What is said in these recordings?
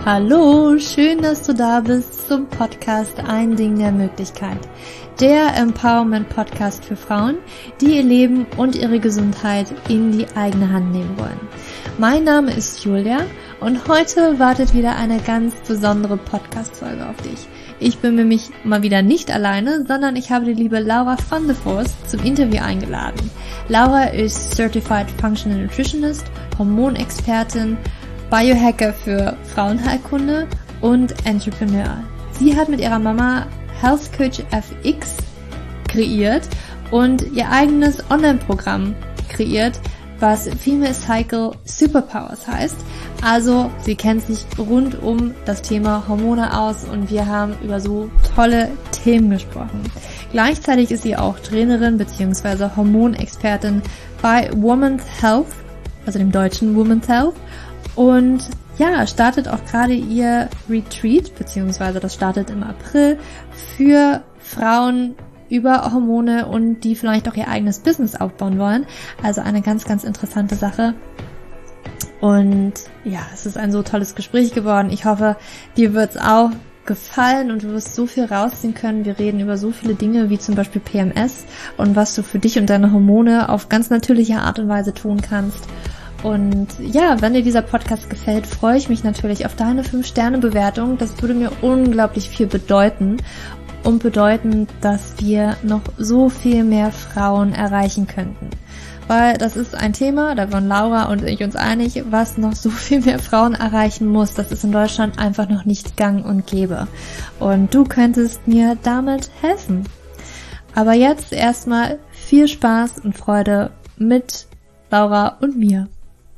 Hallo, schön, dass du da bist zum Podcast Ein Ding der Möglichkeit. Der Empowerment-Podcast für Frauen, die ihr Leben und ihre Gesundheit in die eigene Hand nehmen wollen. Mein Name ist Julia und heute wartet wieder eine ganz besondere Podcast-Folge auf dich. Ich bin nämlich mal wieder nicht alleine, sondern ich habe die liebe Laura van der Forst zum Interview eingeladen. Laura ist Certified Functional Nutritionist, Hormonexpertin, Biohacker für Frauenheilkunde und Entrepreneur. Sie hat mit ihrer Mama Health Coach FX kreiert und ihr eigenes Online-Programm kreiert, was Female Cycle Superpowers heißt. Also sie kennt sich rund um das Thema Hormone aus und wir haben über so tolle Themen gesprochen. Gleichzeitig ist sie auch Trainerin bzw. Hormonexpertin bei Women's Health, also dem deutschen Women's Health. Und ja, startet auch gerade ihr Retreat, beziehungsweise das startet im April, für Frauen über Hormone und die vielleicht auch ihr eigenes Business aufbauen wollen. Also eine ganz, ganz interessante Sache. Und ja, es ist ein so tolles Gespräch geworden. Ich hoffe, dir wird's auch gefallen und du wirst so viel rausziehen können. Wir reden über so viele Dinge, wie zum Beispiel PMS und was du für dich und deine Hormone auf ganz natürliche Art und Weise tun kannst. Und ja, wenn dir dieser Podcast gefällt, freue ich mich natürlich auf deine 5-Sterne-Bewertung. Das würde mir unglaublich viel bedeuten und bedeuten, dass wir noch so viel mehr Frauen erreichen könnten. Weil das ist ein Thema, da waren Laura und ich uns einig, was noch so viel mehr Frauen erreichen muss. Das ist in Deutschland einfach noch nicht gang und gäbe. Und du könntest mir damit helfen. Aber jetzt erstmal viel Spaß und Freude mit Laura und mir.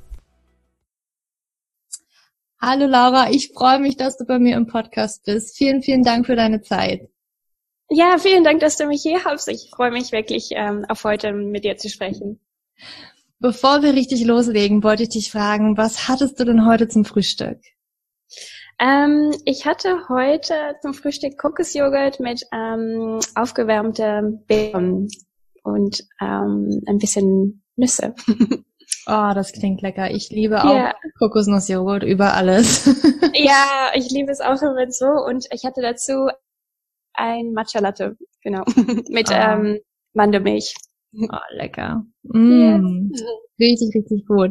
Hallo Laura, ich freue mich, dass du bei mir im Podcast bist. Vielen, vielen Dank für deine Zeit. Ja, vielen Dank, dass du mich hier hast. Ich freue mich wirklich, auf heute mit dir zu sprechen. Bevor wir richtig loslegen, wollte ich dich fragen, was hattest du denn heute zum Frühstück? Ich hatte heute zum Frühstück Kokosjoghurt mit aufgewärmte Beeren und ein bisschen Nüsse. Oh, das klingt lecker. Ich liebe auch Kokosnussjoghurt über alles. Ja, ich liebe es auch immer so. Und ich hatte dazu ein Matcha Latte, genau, mit Mandelmilch. Oh, lecker. Richtig, richtig gut.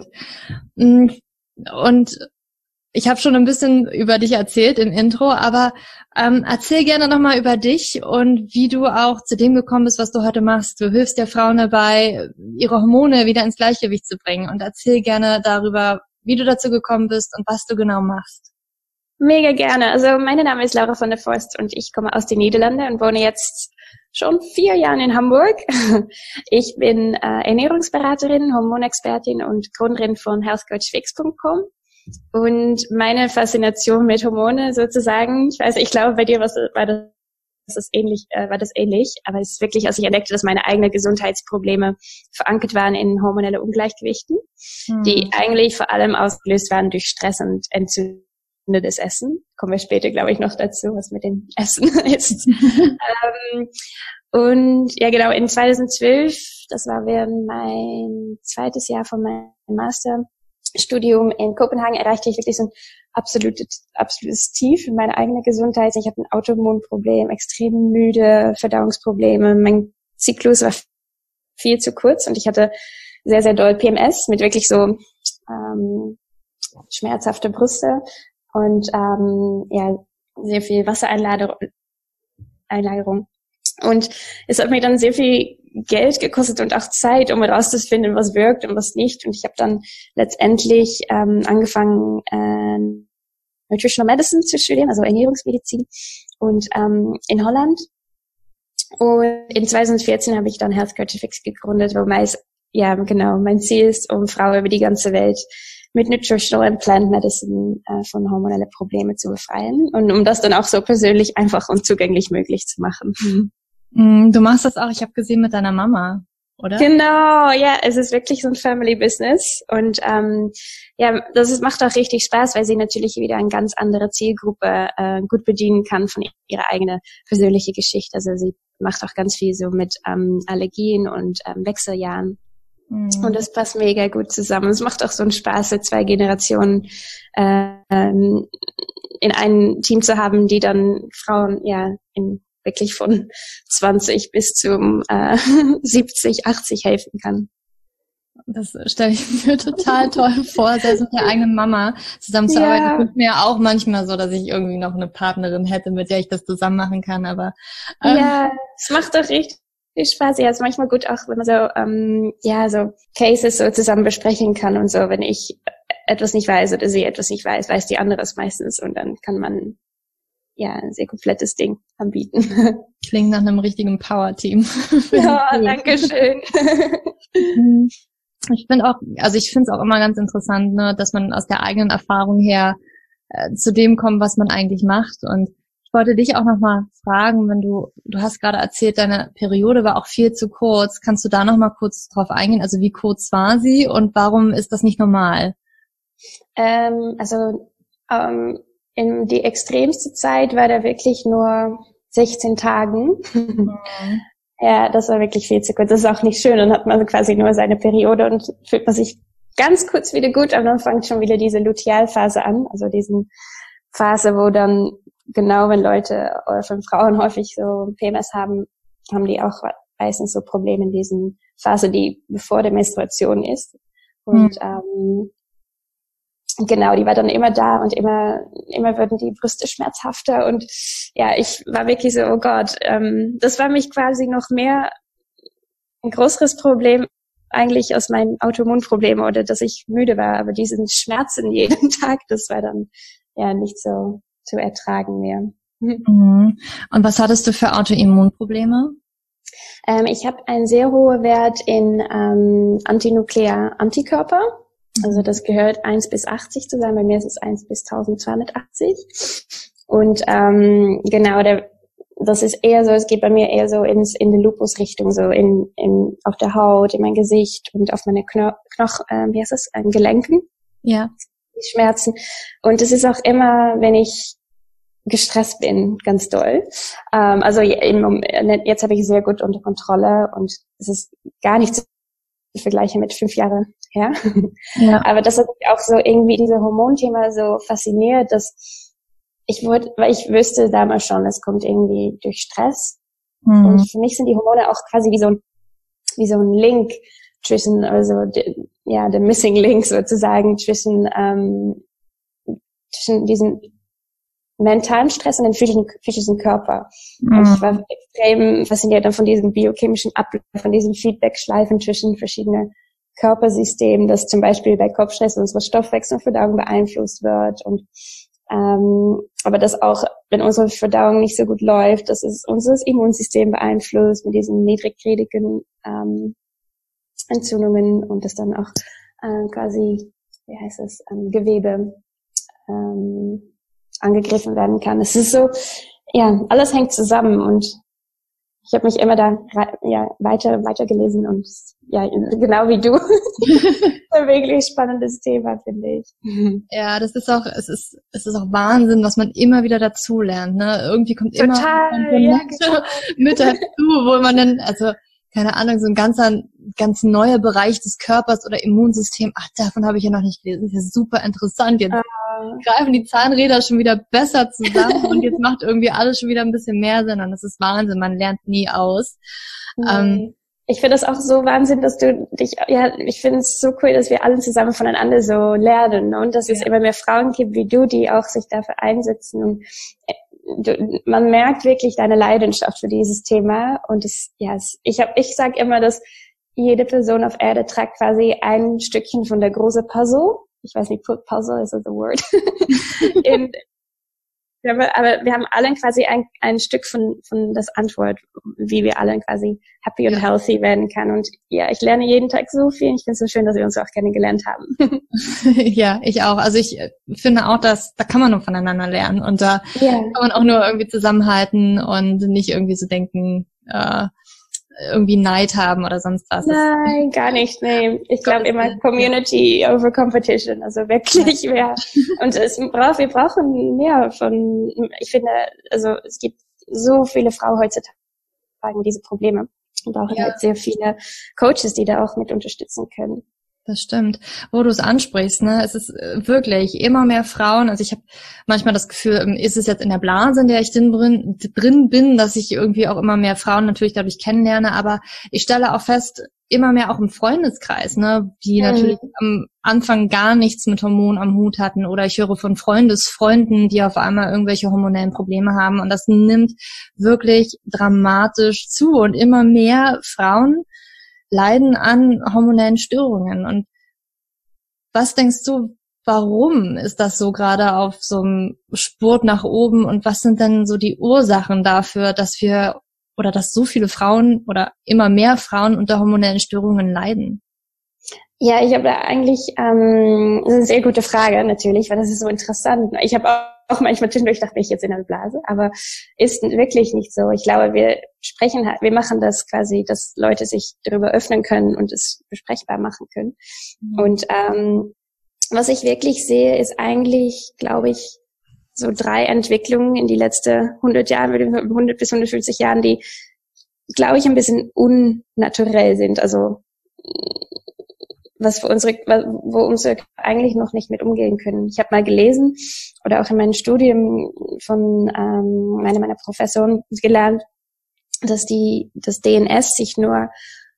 Und ich habe schon ein bisschen über dich erzählt im Intro, aber erzähl gerne nochmal über dich und wie du auch zu dem gekommen bist, was du heute machst. Du hilfst ja Frauen dabei, ihre Hormone wieder ins Gleichgewicht zu bringen. Und erzähl gerne darüber, wie du dazu gekommen bist und was du genau machst. Mega gerne. Also mein Name ist Laura van der Forst und ich komme aus den Niederlanden und wohne jetzt schon 4 Jahre in Hamburg. Ich bin Ernährungsberaterin, Hormonexpertin und Gründerin von healthcoachfix.com. Und meine Faszination mit Hormone sozusagen, ich glaube, bei dir war das ähnlich, aber es ist wirklich, als ich entdeckte, dass meine eigenen Gesundheitsprobleme verankert waren in hormonelle Ungleichgewichten, die eigentlich vor allem ausgelöst waren durch Stress und entzündendes Essen. Kommen wir später, glaube ich, noch dazu, was mit dem Essen ist. Und ja, genau, in 2012, das war während mein 2. Jahr von meinem Masterstudium in Kopenhagen, erreichte ich wirklich so ein absolutes Tief in meiner eigenen Gesundheit. Ich hatte ein Autoimmunproblem, extrem müde, Verdauungsprobleme. Mein Zyklus war viel zu kurz und ich hatte sehr, sehr doll PMS mit wirklich so schmerzhafte Brüste und sehr viel Wassereinlagerung. Und es hat mir dann sehr viel Geld gekostet und auch Zeit, um herauszufinden, was wirkt und was nicht. Und ich habe dann letztendlich angefangen, Nutritional Medicine zu studieren, also Ernährungsmedizin, und in Holland. Und in 2014 habe ich dann Health Coach FX gegründet, wo mein Ziel ist, um Frauen über die ganze Welt mit Nutritional and Plant Medicine von hormonellen Problemen zu befreien und um das dann auch so persönlich einfach und zugänglich möglich zu machen. Du machst das auch, ich habe gesehen, mit deiner Mama, oder? Genau, ja, es ist wirklich so ein Family Business und macht auch richtig Spaß, weil sie natürlich wieder eine ganz andere Zielgruppe gut bedienen kann von ihrer eigenen persönlichen Geschichte. Also sie macht auch ganz viel so mit Allergien und Wechseljahren Und das passt mega gut zusammen. Es macht auch so einen Spaß, so 2 Generationen in einem Team zu haben, die dann Frauen wirklich von 20 bis zum 70, 80 helfen kann. Das stelle ich mir total toll vor, selbst mit der eigenen Mama zusammenzuarbeiten. Ja. Ich wünsche mir ja auch manchmal so, dass ich irgendwie noch eine Partnerin hätte, mit der ich das zusammen machen kann. Aber ja, es macht doch richtig Spaß. Ja, es ist manchmal gut auch, wenn man so Cases so zusammen besprechen kann und so. Wenn ich etwas nicht weiß oder sie etwas nicht weiß, weiß die andere es meistens und dann kann man ein sehr komplettes Ding anbieten. Klingt nach einem richtigen Power-Team. Ja, danke schön. Ich finde es auch immer ganz interessant, ne, dass man aus der eigenen Erfahrung her zu dem kommt, was man eigentlich macht. Und ich wollte dich auch nochmal fragen, wenn du hast gerade erzählt, deine Periode war auch viel zu kurz. Kannst du da nochmal kurz drauf eingehen? Also wie kurz war sie und warum ist das nicht normal? In die extremste Zeit war da wirklich nur 16 Tagen. Mhm. Ja, das war wirklich viel zu kurz. Das ist auch nicht schön. Dann hat man quasi nur seine Periode und fühlt man sich ganz kurz wieder gut, aber dann fängt schon wieder diese Lutealphase an. Also diesen Phase, wo dann genau, wenn Leute oder wenn Frauen häufig so PMS haben die auch meistens so Probleme in diesen Phase, die bevor der Menstruation ist. Und genau, die war dann immer da und immer wurden die Brüste schmerzhafter und ja, ich war wirklich so, oh Gott, das war mich quasi noch mehr ein größeres Problem eigentlich aus meinen Autoimmunproblemen oder dass ich müde war, aber diesen Schmerzen jeden Tag, das war dann nicht so zu ertragen mehr. Und was hattest du für Autoimmunprobleme? Ich habe einen sehr hohen Wert in Antinuklear-Antikörper. Also das gehört 1 bis 80 zusammen. Bei mir ist es 1 bis 1280. Und genau, das ist eher so, es geht bei mir eher so in die Lupus-Richtung, so auf der Haut, in mein Gesicht und auf meine Gelenken. Ja. Die Schmerzen. Und es ist auch immer, wenn ich gestresst bin, ganz doll. Also jetzt habe ich sehr gut unter Kontrolle und es ist gar nicht zu vergleichen mit 5 Jahren her. Ja. Aber das hat mich auch so irgendwie diese Hormonthema so fasziniert, dass weil ich wüsste damals schon, es kommt irgendwie durch Stress. Und für mich sind die Hormone auch quasi wie so ein Link zwischen, also der Missing Link sozusagen zwischen diesen mentalen Stress und den physischen Körper. Und ich war extrem fasziniert dann von diesem biochemischen Ablauf, von diesem Feedback-Schleifen zwischen verschiedenen Körpersystemen, dass zum Beispiel bei Kopfstress unsere Stoffwechselverdauung beeinflusst wird und aber dass auch, wenn unsere Verdauung nicht so gut läuft, dass es unser Immunsystem beeinflusst mit diesen niedriggradigen Entzündungen und das dann auch quasi, Gewebe angegriffen werden kann. Es ist so, alles hängt zusammen und ich habe mich immer da weiter gelesen und genau wie du. Ein wirklich spannendes Thema, finde ich. Ja, das ist auch, es ist auch Wahnsinn, was man immer wieder dazu lernt, ne? Irgendwie kommt immer mit dazu, wo man dann, also keine Ahnung, so ein ganz neuer Bereich des Körpers oder Immunsystem, davon habe ich ja noch nicht gelesen. Das ist ja super interessant. Jetzt greifen die Zahnräder schon wieder besser zusammen und jetzt macht irgendwie alles schon wieder ein bisschen mehr Sinn und das ist Wahnsinn, man lernt nie aus. Ich finde das auch so Wahnsinn, dass ich finde es so cool, dass wir alle zusammen voneinander so lernen und dass es immer mehr Frauen gibt wie du, die auch sich dafür einsetzen und man merkt wirklich deine Leidenschaft für dieses Thema und ich sage immer, dass jede Person auf Erde trägt quasi ein Stückchen von der großen Puzzle. Ich weiß nicht, Puzzle is a word. Aber wir haben alle quasi ein Stück von das Antwort, wie wir alle quasi happy und healthy werden kann. Und ich lerne jeden Tag so viel. Ich finde es so schön, dass wir uns auch kennengelernt haben. Ja, ich auch. Also ich finde auch, da kann man nur voneinander lernen. Und da kann man auch nur irgendwie zusammenhalten und nicht irgendwie so denken, irgendwie Neid haben oder sonst was. Nein, gar nicht. Nee. Ich glaube immer Community over Competition. Also wirklich, und wir brauchen mehr von, ich finde, also es gibt so viele Frauen heutzutage mit diese Probleme. Wir brauchen halt sehr viele Coaches, die da auch mit unterstützen können. Das stimmt. Wo du es ansprichst, ne, es ist wirklich immer mehr Frauen. Also ich habe manchmal das Gefühl, ist es jetzt in der Blase, in der ich drin bin, dass ich irgendwie auch immer mehr Frauen natürlich dadurch kennenlerne, aber ich stelle auch fest, immer mehr auch im Freundeskreis, ne, die natürlich am Anfang gar nichts mit Hormonen am Hut hatten, oder ich höre von Freundesfreunden, die auf einmal irgendwelche hormonellen Probleme haben, und das nimmt wirklich dramatisch zu, und immer mehr Frauen leiden an hormonellen Störungen. Und was denkst du, warum ist das so, gerade auf so einem Spurt nach oben, und was sind denn so die Ursachen dafür, dass so viele Frauen oder immer mehr Frauen unter hormonellen Störungen leiden? Ja, ich habe da eigentlich, das ist eine sehr gute Frage natürlich, weil das ist so interessant. Ich habe auch manchmal zwischendurch dachte ich jetzt in einer Blase, aber ist wirklich nicht so. Ich glaube, wir machen das quasi, dass Leute sich darüber öffnen können und es besprechbar machen können. Und was ich wirklich sehe, ist eigentlich, glaube ich, so 3 Entwicklungen in die letzten 100 Jahren, 100 bis 150 Jahren, die, glaube ich, ein bisschen unnaturell sind. Also wo unsere eigentlich noch nicht mit umgehen können. Ich habe mal gelesen oder auch in meinem Studium von meiner Professorin gelernt, dass das DNS sich nur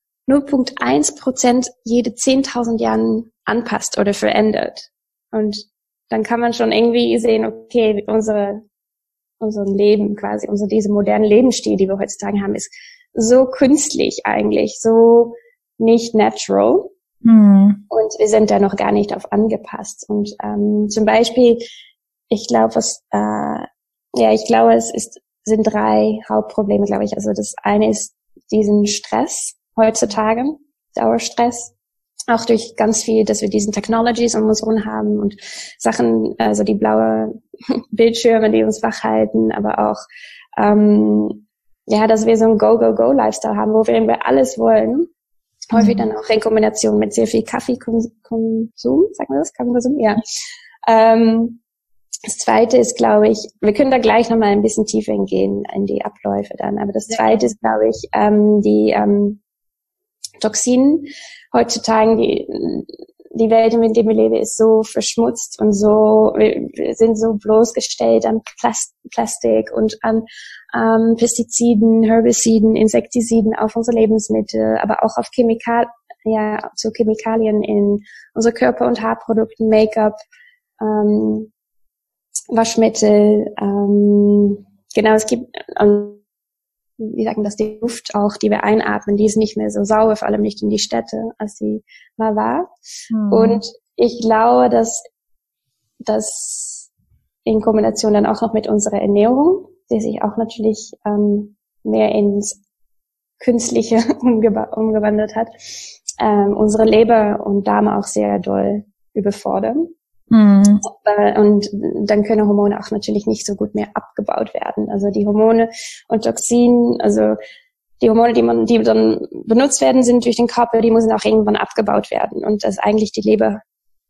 0,1% jede 10.000 Jahren anpasst oder verändert. Und dann kann man schon irgendwie sehen, okay, unser Leben quasi, diese modernen Lebensstil, die wir heutzutage haben, ist so künstlich eigentlich, so nicht natural. Und wir sind da noch gar nicht auf angepasst. Und zum Beispiel, ich glaube, sind 3 Hauptprobleme, glaube ich. Also das eine ist diesen Stress heutzutage, Dauerstress, auch durch ganz viel, dass wir diesen Technologies um uns herum haben und Sachen, also die blaue Bildschirme, die uns wach halten, aber auch dass wir so ein Go-Go-Go-Lifestyle haben, wo wir alles wollen. Häufig dann auch in Kombination mit sehr viel Kaffeekonsum, sagen wir das? Kaffeekonsum, ja. Das zweite ist, glaube ich, wir können da gleich nochmal ein bisschen tiefer hingehen in die Abläufe dann, aber das zweite ist, glaube ich, die Toxine. Heutzutage, die Welt, in der wir leben, ist so verschmutzt und wir sind so bloßgestellt an Plastik und an Pestiziden, Herbiziden, Insektiziden auf unsere Lebensmittel, aber auch auf Chemikalien in unsere Körper- und Haarprodukten, Make-up, Waschmittel, genau, es gibt, die Luft auch, die wir einatmen, die ist nicht mehr so sauber, vor allem nicht in die Städte, als sie mal war. Und ich glaube, dass das in Kombination dann auch noch mit unserer Ernährung, die sich auch natürlich mehr ins Künstliche umgewandelt hat, unsere Leber und Darm auch sehr doll überfordern. Und dann können Hormone auch natürlich nicht so gut mehr abgebaut werden. Also die Hormone und Toxine, also die Hormone, die dann benutzt werden, sind durch den Körper, die müssen auch irgendwann abgebaut werden. Und das ist eigentlich die Leber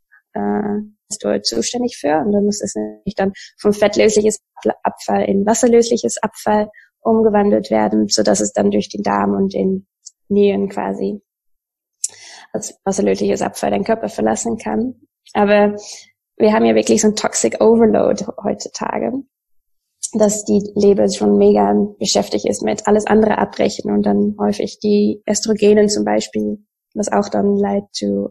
ist dort zuständig für. Und dann muss es nämlich dann vom fettlösliches Abfall in wasserlösliches Abfall umgewandelt werden, so dass es dann durch den Darm und den Nieren quasi als wasserlösliches Abfall den Körper verlassen kann. Aber wir haben ja wirklich so ein Toxic Overload heutzutage, dass die Leber schon mega beschäftigt ist mit alles andere abbrechen und dann häufig die Östrogenen zum Beispiel, was auch dann leitet zu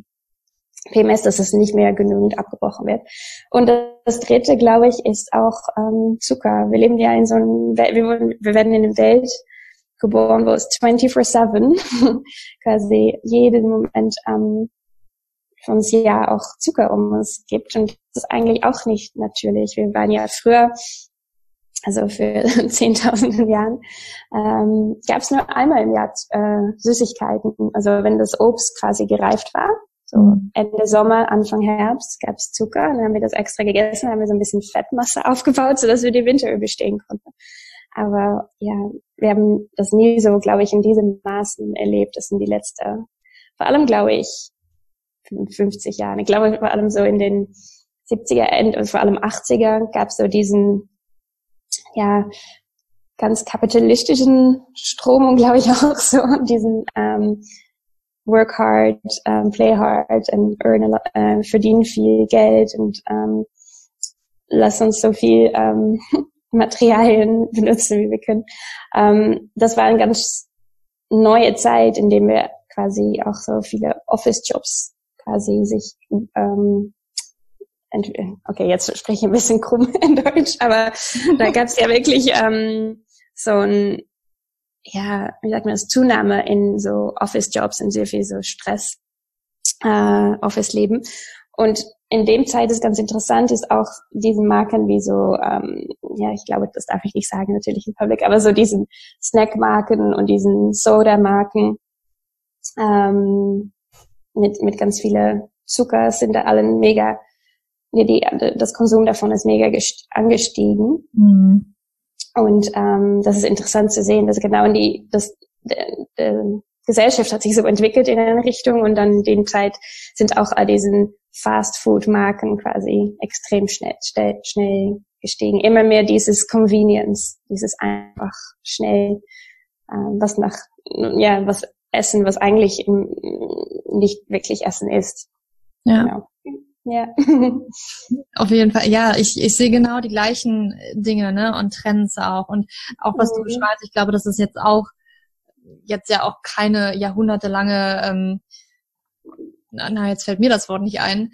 PMS, dass es nicht mehr genügend abgebrochen wird. Und das dritte, glaube ich, ist auch Zucker. Wir leben ja in so einem, wir werden in einer Welt geboren, wo es 24/7 quasi jeden Moment von uns ja auch Zucker um uns gibt. Und das ist eigentlich auch nicht natürlich. Wir waren ja früher, also für 10.000 Jahren, gab es nur einmal im Jahr Süßigkeiten. Also wenn das Obst quasi gereift war, so Ende Sommer, Anfang Herbst, gab es Zucker. Und dann haben wir das extra gegessen, haben wir so ein bisschen Fettmasse aufgebaut, sodass wir die Winter überstehen konnten. Aber ja, wir haben das nie so, glaube ich, in diesem Maßen erlebt. Das sind die letzte, vor allem, glaube ich, 50 Jahren. Ich glaube, vor allem so in den 70er und vor allem 80er gab es so diesen, ganz kapitalistischen Stromung, glaube ich auch so, diesen work hard, play hard and verdienen viel Geld und lass uns so viel Materialien benutzen, wie wir können. Das war eine ganz neue Zeit, in dem wir quasi auch so viele Office-Jobs quasi sich okay, jetzt spreche ich ein bisschen krumm in Deutsch, aber da gab es ja wirklich so ein, ja, wie sagt man das, Zunahme in so Office-Jobs und sehr viel so Stress, Office-Leben. Und in dem Zeit ist ganz interessant, ist auch diesen Marken wie so, ja, ich glaube, das darf ich nicht sagen, natürlich im Public, aber so diesen Snack-Marken und diesen Soda-Marken mit ganz viele Zucker sind da allen mega, das Konsum davon ist mega angestiegen. Mhm. Und das ist interessant zu sehen, dass genau die Gesellschaft hat sich so entwickelt in eine Richtung und dann in der Zeit sind auch all diesen Fast-Food-Marken quasi extrem schnell gestiegen. Immer mehr dieses Convenience, dieses einfach schnell was Essen, was eigentlich nicht wirklich Essen ist. Ja. Genau. Ja. Auf jeden Fall, ja, ich sehe genau die gleichen Dinge, ne, und Trends auch. Und auch was du beschreibst, ich glaube, das ist jetzt ja auch keine jahrhundertelange, jetzt fällt mir das Wort nicht ein,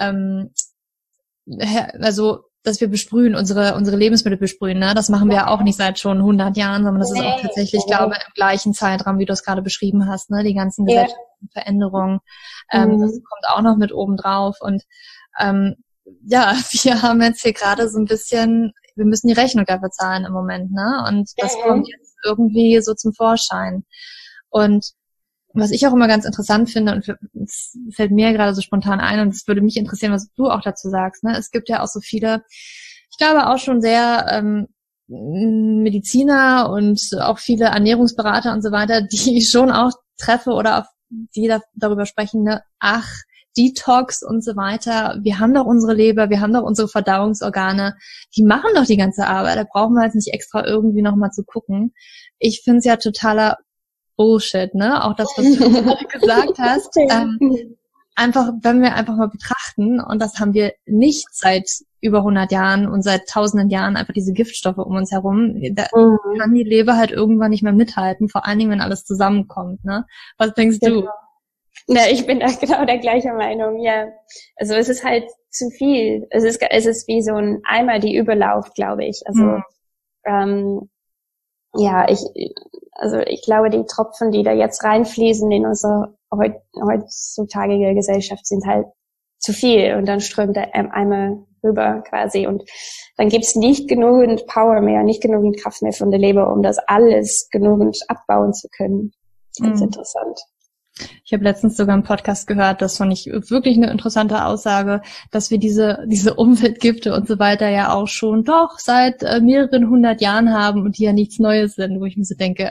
also, dass wir besprühen, unsere Lebensmittel besprühen, ne, das machen wir ja auch nicht seit schon 100 Jahren, sondern das ist auch tatsächlich, glaube im gleichen Zeitraum, wie du es gerade beschrieben hast, ne, die ganzen gesellschaftlichen Veränderungen, das kommt auch noch mit oben drauf und ja, wir haben jetzt hier gerade so ein bisschen, wir müssen die Rechnung dafür zahlen im Moment, ne, und das kommt jetzt irgendwie so zum Vorschein. Und was ich auch immer ganz interessant finde, und es fällt mir gerade so spontan ein, und es würde mich interessieren, was du auch dazu sagst, ne? Es gibt ja auch so viele, ich glaube auch schon sehr Mediziner und auch viele Ernährungsberater und so weiter, die ich schon auch treffe oder auf die darüber sprechen, ne? Ach, Detox und so weiter. Wir haben doch unsere Leber, wir haben doch unsere Verdauungsorgane, die machen doch die ganze Arbeit. Da brauchen wir jetzt nicht extra irgendwie nochmal zu gucken. Ich finde es ja totaler Bullshit, ne? Auch das, was du gerade gesagt hast. Einfach, wenn wir einfach mal betrachten, und das haben wir nicht seit über 100 Jahren und seit tausenden Jahren, einfach diese Giftstoffe um uns herum, da kann die Leber halt irgendwann nicht mehr mithalten, vor allen Dingen, wenn alles zusammenkommt, ne? Was denkst du? Na, ich bin da genau der gleichen Meinung, ja. Also es ist halt zu viel. Es ist wie so ein Eimer, die überlauft, glaube ich. Also ja, ich glaube, die Tropfen, die da jetzt reinfließen in unsere heutzutage Gesellschaft, sind halt zu viel und dann strömt der Eimer rüber quasi und dann gibt's nicht genügend Power mehr, nicht genügend Kraft mehr von der Leber, um das alles genügend abbauen zu können. Ganz interessant. Ich habe letztens sogar einen Podcast gehört, das fand ich wirklich eine interessante Aussage, dass wir diese Umweltgifte und so weiter ja auch schon doch seit mehreren 100 Jahren haben und die ja nichts Neues sind, wo ich mir so denke,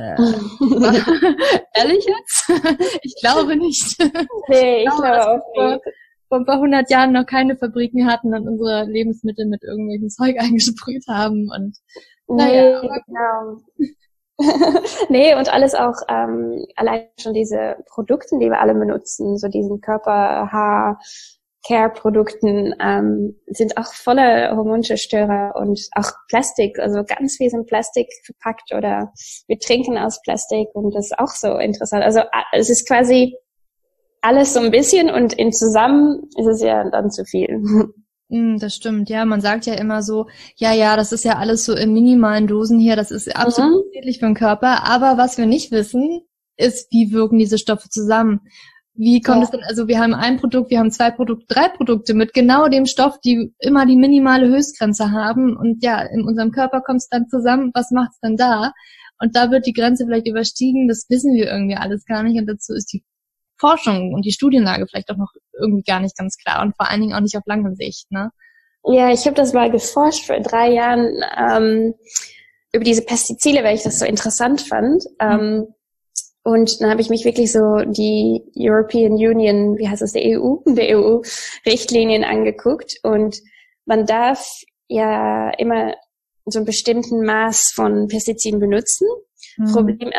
ehrlich jetzt? Ich glaube nicht. Nee, ich glaube auch nicht. Vor ein paar 100 Jahren noch keine Fabriken hatten und unsere Lebensmittel mit irgendwelchem Zeug eingesprüht haben und naja. Genau. Nee, und alles auch, allein schon diese Produkte, die wir alle benutzen, so diesen Körper-Haar-Care-Produkten, sind auch voller Hormonzerstörer und auch Plastik, also ganz viel sind Plastik verpackt oder wir trinken aus Plastik und das ist auch so interessant. Also es ist quasi alles so ein bisschen und in zusammen ist es ja dann zu viel. Das stimmt, ja, man sagt ja immer so, ja, das ist ja alles so in minimalen Dosen hier, das ist absolut schädlich für den Körper, aber was wir nicht wissen, ist, wie wirken diese Stoffe zusammen? Wie kommt es denn, also wir haben ein Produkt, wir haben 2 Produkte, 3 Produkte mit genau dem Stoff, die immer die minimale Höchstgrenze haben und ja, in unserem Körper kommt es dann zusammen, was macht's denn da? Und da wird die Grenze vielleicht überstiegen, das wissen wir irgendwie alles gar nicht und dazu ist die Forschung und die Studienlage vielleicht auch noch irgendwie gar nicht ganz klar und vor allen Dingen auch nicht auf lange Sicht, ne? Ja, ich habe das mal geforscht vor 3 Jahren über diese Pestizide, weil ich das so interessant fand. Und dann habe ich mich wirklich so die European Union, wie heißt das, der EU-Richtlinien angeguckt und man darf ja immer so einen bestimmten Maß von Pestiziden benutzen. Problem,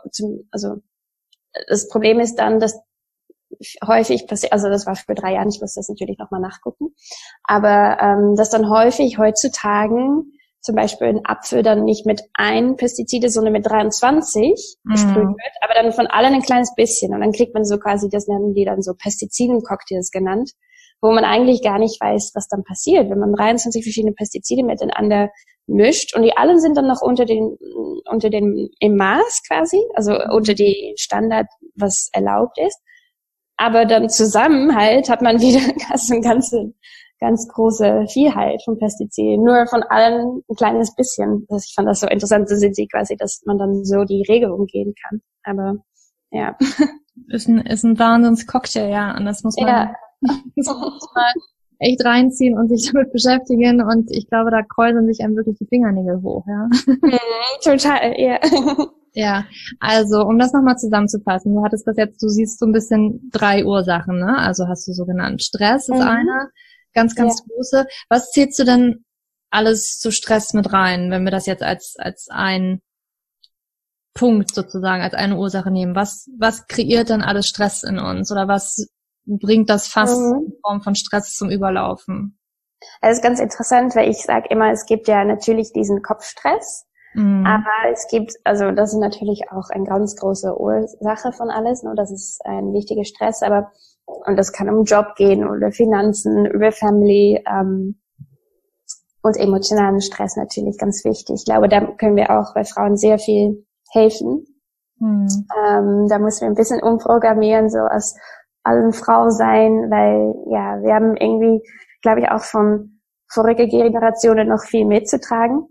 das Problem ist dann, dass häufig passiert, also das war für 3 Jahre, ich muss das natürlich nochmal nachgucken, aber dass dann häufig heutzutage zum Beispiel ein Apfel dann nicht mit 1 Pestizide, sondern mit 23 gesprüht wird, aber dann von allen ein kleines bisschen. Und dann kriegt man so quasi, das nennen die dann so Pestiziden-Cocktails genannt, wo man eigentlich gar nicht weiß, was dann passiert, wenn man 23 verschiedene Pestizide miteinander mischt und die allen sind dann noch unter dem im Maß quasi, also unter die Standard, was erlaubt ist. Aber dann zusammen halt hat man wieder eine ganz große Vielheit von Pestiziden, nur von allen ein kleines bisschen. Also ich fand das so interessant, so sind sie quasi, dass man dann so die Regel umgehen kann. Aber ja. Ist ein Wahnsinns-Cocktail, ja. Und das muss man, mal echt reinziehen und sich damit beschäftigen. Und ich glaube, da kräuseln sich einem wirklich die Fingernägel hoch, ja. Total, ja. Ja, also um das nochmal zusammenzufassen, du hattest das jetzt, du siehst so ein bisschen 3 Ursachen, ne? Also hast du so genannt. Stress ist eine, ganz große. Was zählst du denn alles zu Stress mit rein, wenn wir das jetzt als ein Punkt sozusagen, als eine Ursache nehmen? Was kreiert dann alles Stress in uns? Oder was bringt das Fass in Form von Stress zum Überlaufen? Das ist ganz interessant, weil ich sage immer, es gibt ja natürlich diesen Kopfstress. Aber es gibt, also das ist natürlich auch eine ganz große Ursache von alles, ne? Das ist ein wichtiger Stress, und das kann um Job gehen oder Finanzen, über Family, und emotionalen Stress natürlich ganz wichtig. Ich glaube, da können wir auch bei Frauen sehr viel helfen. Da müssen wir ein bisschen umprogrammieren, so als allen Frau sein, weil, ja, wir haben irgendwie, glaube ich, auch von vorigen Generationen noch viel mitzutragen.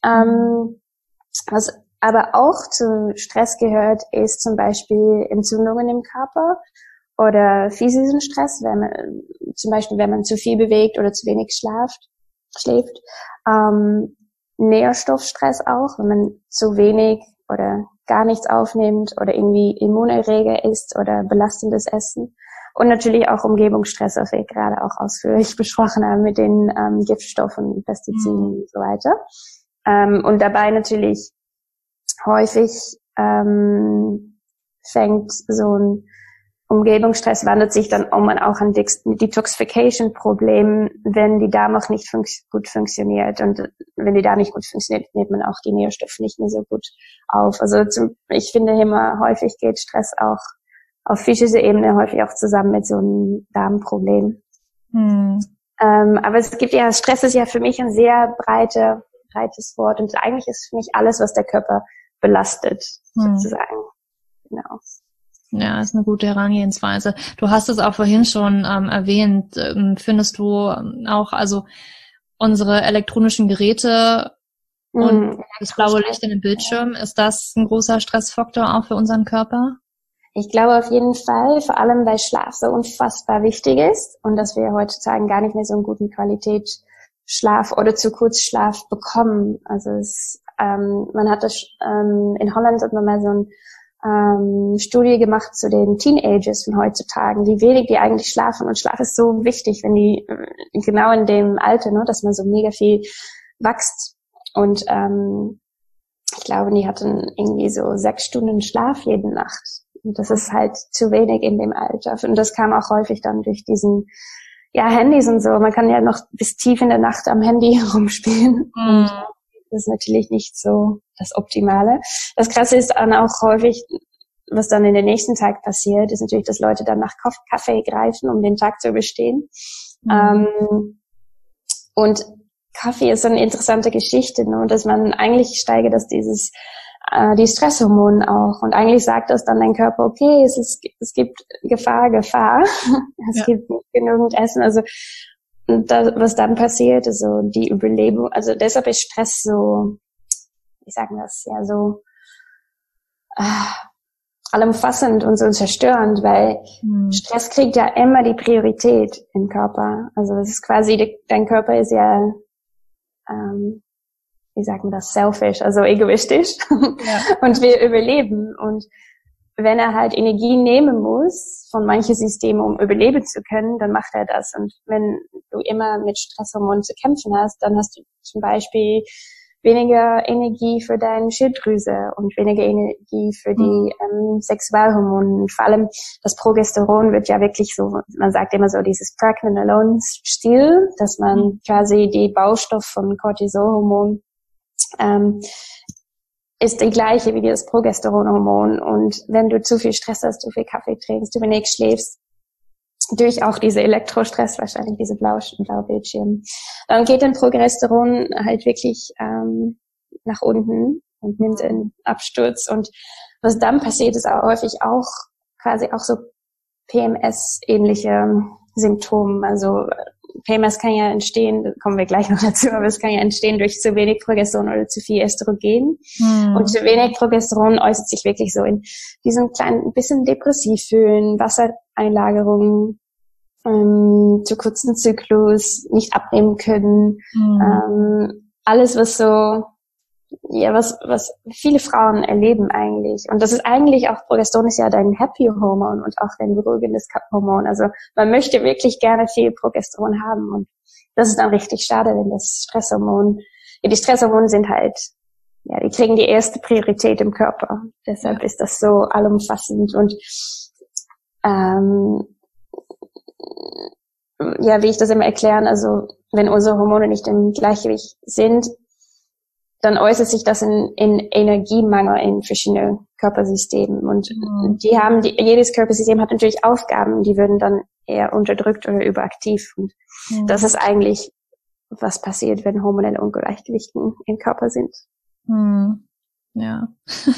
Was aber auch zu Stress gehört, ist zum Beispiel Entzündungen im Körper oder physischen Stress, wenn man zu viel bewegt oder zu wenig schläft. Nährstoffstress auch, wenn man zu wenig oder gar nichts aufnimmt oder irgendwie Immunerreger isst oder belastendes Essen. Und natürlich auch Umgebungsstress, was wir gerade auch ausführlich besprochen haben mit den Giftstoffen, Pestiziden und so weiter. Und dabei natürlich häufig fängt so ein Umgebungsstress, wandelt sich dann um auch ein Detoxification-Problem, wenn die Darm auch nicht gut funktioniert. Und wenn die Darm nicht gut funktioniert, nimmt man auch die Nährstoffe nicht mehr so gut auf. Also ich finde immer, häufig geht Stress auch auf physischer Ebene häufig auch zusammen mit so einem Darmproblem. Aber es gibt ja, Stress ist ja für mich ein sehr breites Wort und eigentlich ist für mich alles, was der Körper belastet, sozusagen. Genau. Ja, ist eine gute Herangehensweise. Du hast es auch vorhin schon erwähnt. Findest du auch, also unsere elektronischen Geräte und das blaue Licht in den Bildschirm, ist das ein großer Stressfaktor auch für unseren Körper? Ich glaube auf jeden Fall, vor allem weil Schlaf so unfassbar wichtig ist und dass wir heutzutage gar nicht mehr so einen guten Qualität Schlaf oder zu kurz Schlaf bekommen. Also man hat das in Holland hat man mal so ein Studie gemacht zu den Teenagers von heutzutage, wie wenig die eigentlich schlafen. Und Schlaf ist so wichtig, wenn die genau in dem Alter, ne, dass man so mega viel wächst. Und ich glaube, die hatten irgendwie so 6 Stunden Schlaf jede Nacht. Und das ist halt zu wenig in dem Alter. Und das kam auch häufig dann durch diesen Handys und so. Man kann ja noch bis tief in der Nacht am Handy rumspielen. Und das ist natürlich nicht so das Optimale. Das Krasse ist dann auch häufig, was dann in den nächsten Tag passiert, ist natürlich, dass Leute dann nach Kaffee greifen, um den Tag zu überstehen. Und Kaffee ist so eine interessante Geschichte, ne? Dass man eigentlich steigert das die Stresshormone auch. Und eigentlich sagt das dann dein Körper, okay, es gibt Gefahr. Es gibt nicht genügend Essen. Also, was dann passiert, ist so die Überlebung. Also deshalb ist Stress so, wie sagen das, ja, so allumfassend und so zerstörend, weil Stress kriegt ja immer die Priorität im Körper. Also es ist quasi, dein Körper ist ja, wie sagt man das, selfish, also egoistisch. Ja. Und wir überleben. Und wenn er halt Energie nehmen muss von manchen Systemen, um überleben zu können, dann macht er das. Und wenn du immer mit Stresshormonen zu kämpfen hast, dann hast du zum Beispiel weniger Energie für deine Schilddrüse und weniger Energie für die Sexualhormone. Vor allem das Progesteron wird ja wirklich so, man sagt immer so dieses Pregnenolone-Stil, dass man quasi die Baustoff von Cortisolhormon ist die gleiche wie das Progesteronhormon. Und wenn du zu viel Stress hast, zu viel Kaffee trinkst, zu wenig schläfst, durch auch diese Elektrostress, wahrscheinlich diese Blaubildschirm, dann geht dein Progesteron halt wirklich nach unten und nimmt einen Absturz. Und was dann passiert, ist auch häufig auch quasi auch so PMS-ähnliche Symptome. Also PMS kann ja entstehen, da kommen wir gleich noch dazu, aber es kann ja entstehen durch zu wenig Progesteron oder zu viel Östrogen. Und zu wenig Progesteron äußert sich wirklich so in diesem kleinen, bisschen depressiv fühlen, Wassereinlagerungen, zu kurzen Zyklus, nicht abnehmen können, alles was so, ja, was viele Frauen erleben eigentlich. Und das ist eigentlich auch, Progesteron ist ja dein Happy-Hormon und auch dein beruhigendes Hormon. Also man möchte wirklich gerne viel Progesteron haben und das ist dann richtig schade, wenn das Stresshormon, ja, die Stresshormone sind halt, ja, die kriegen die erste Priorität im Körper. Deshalb ist das so allumfassend und ja, wie ich das immer erklären, also wenn unsere Hormone nicht im Gleichgewicht sind, dann äußert sich das in Energiemangel in verschiedenen Körpersystemen. Und jedes Körpersystem hat natürlich Aufgaben, die würden dann eher unterdrückt oder überaktiv. Und das ist eigentlich, was passiert, wenn hormonelle Ungleichgewichte im Körper sind. Ja.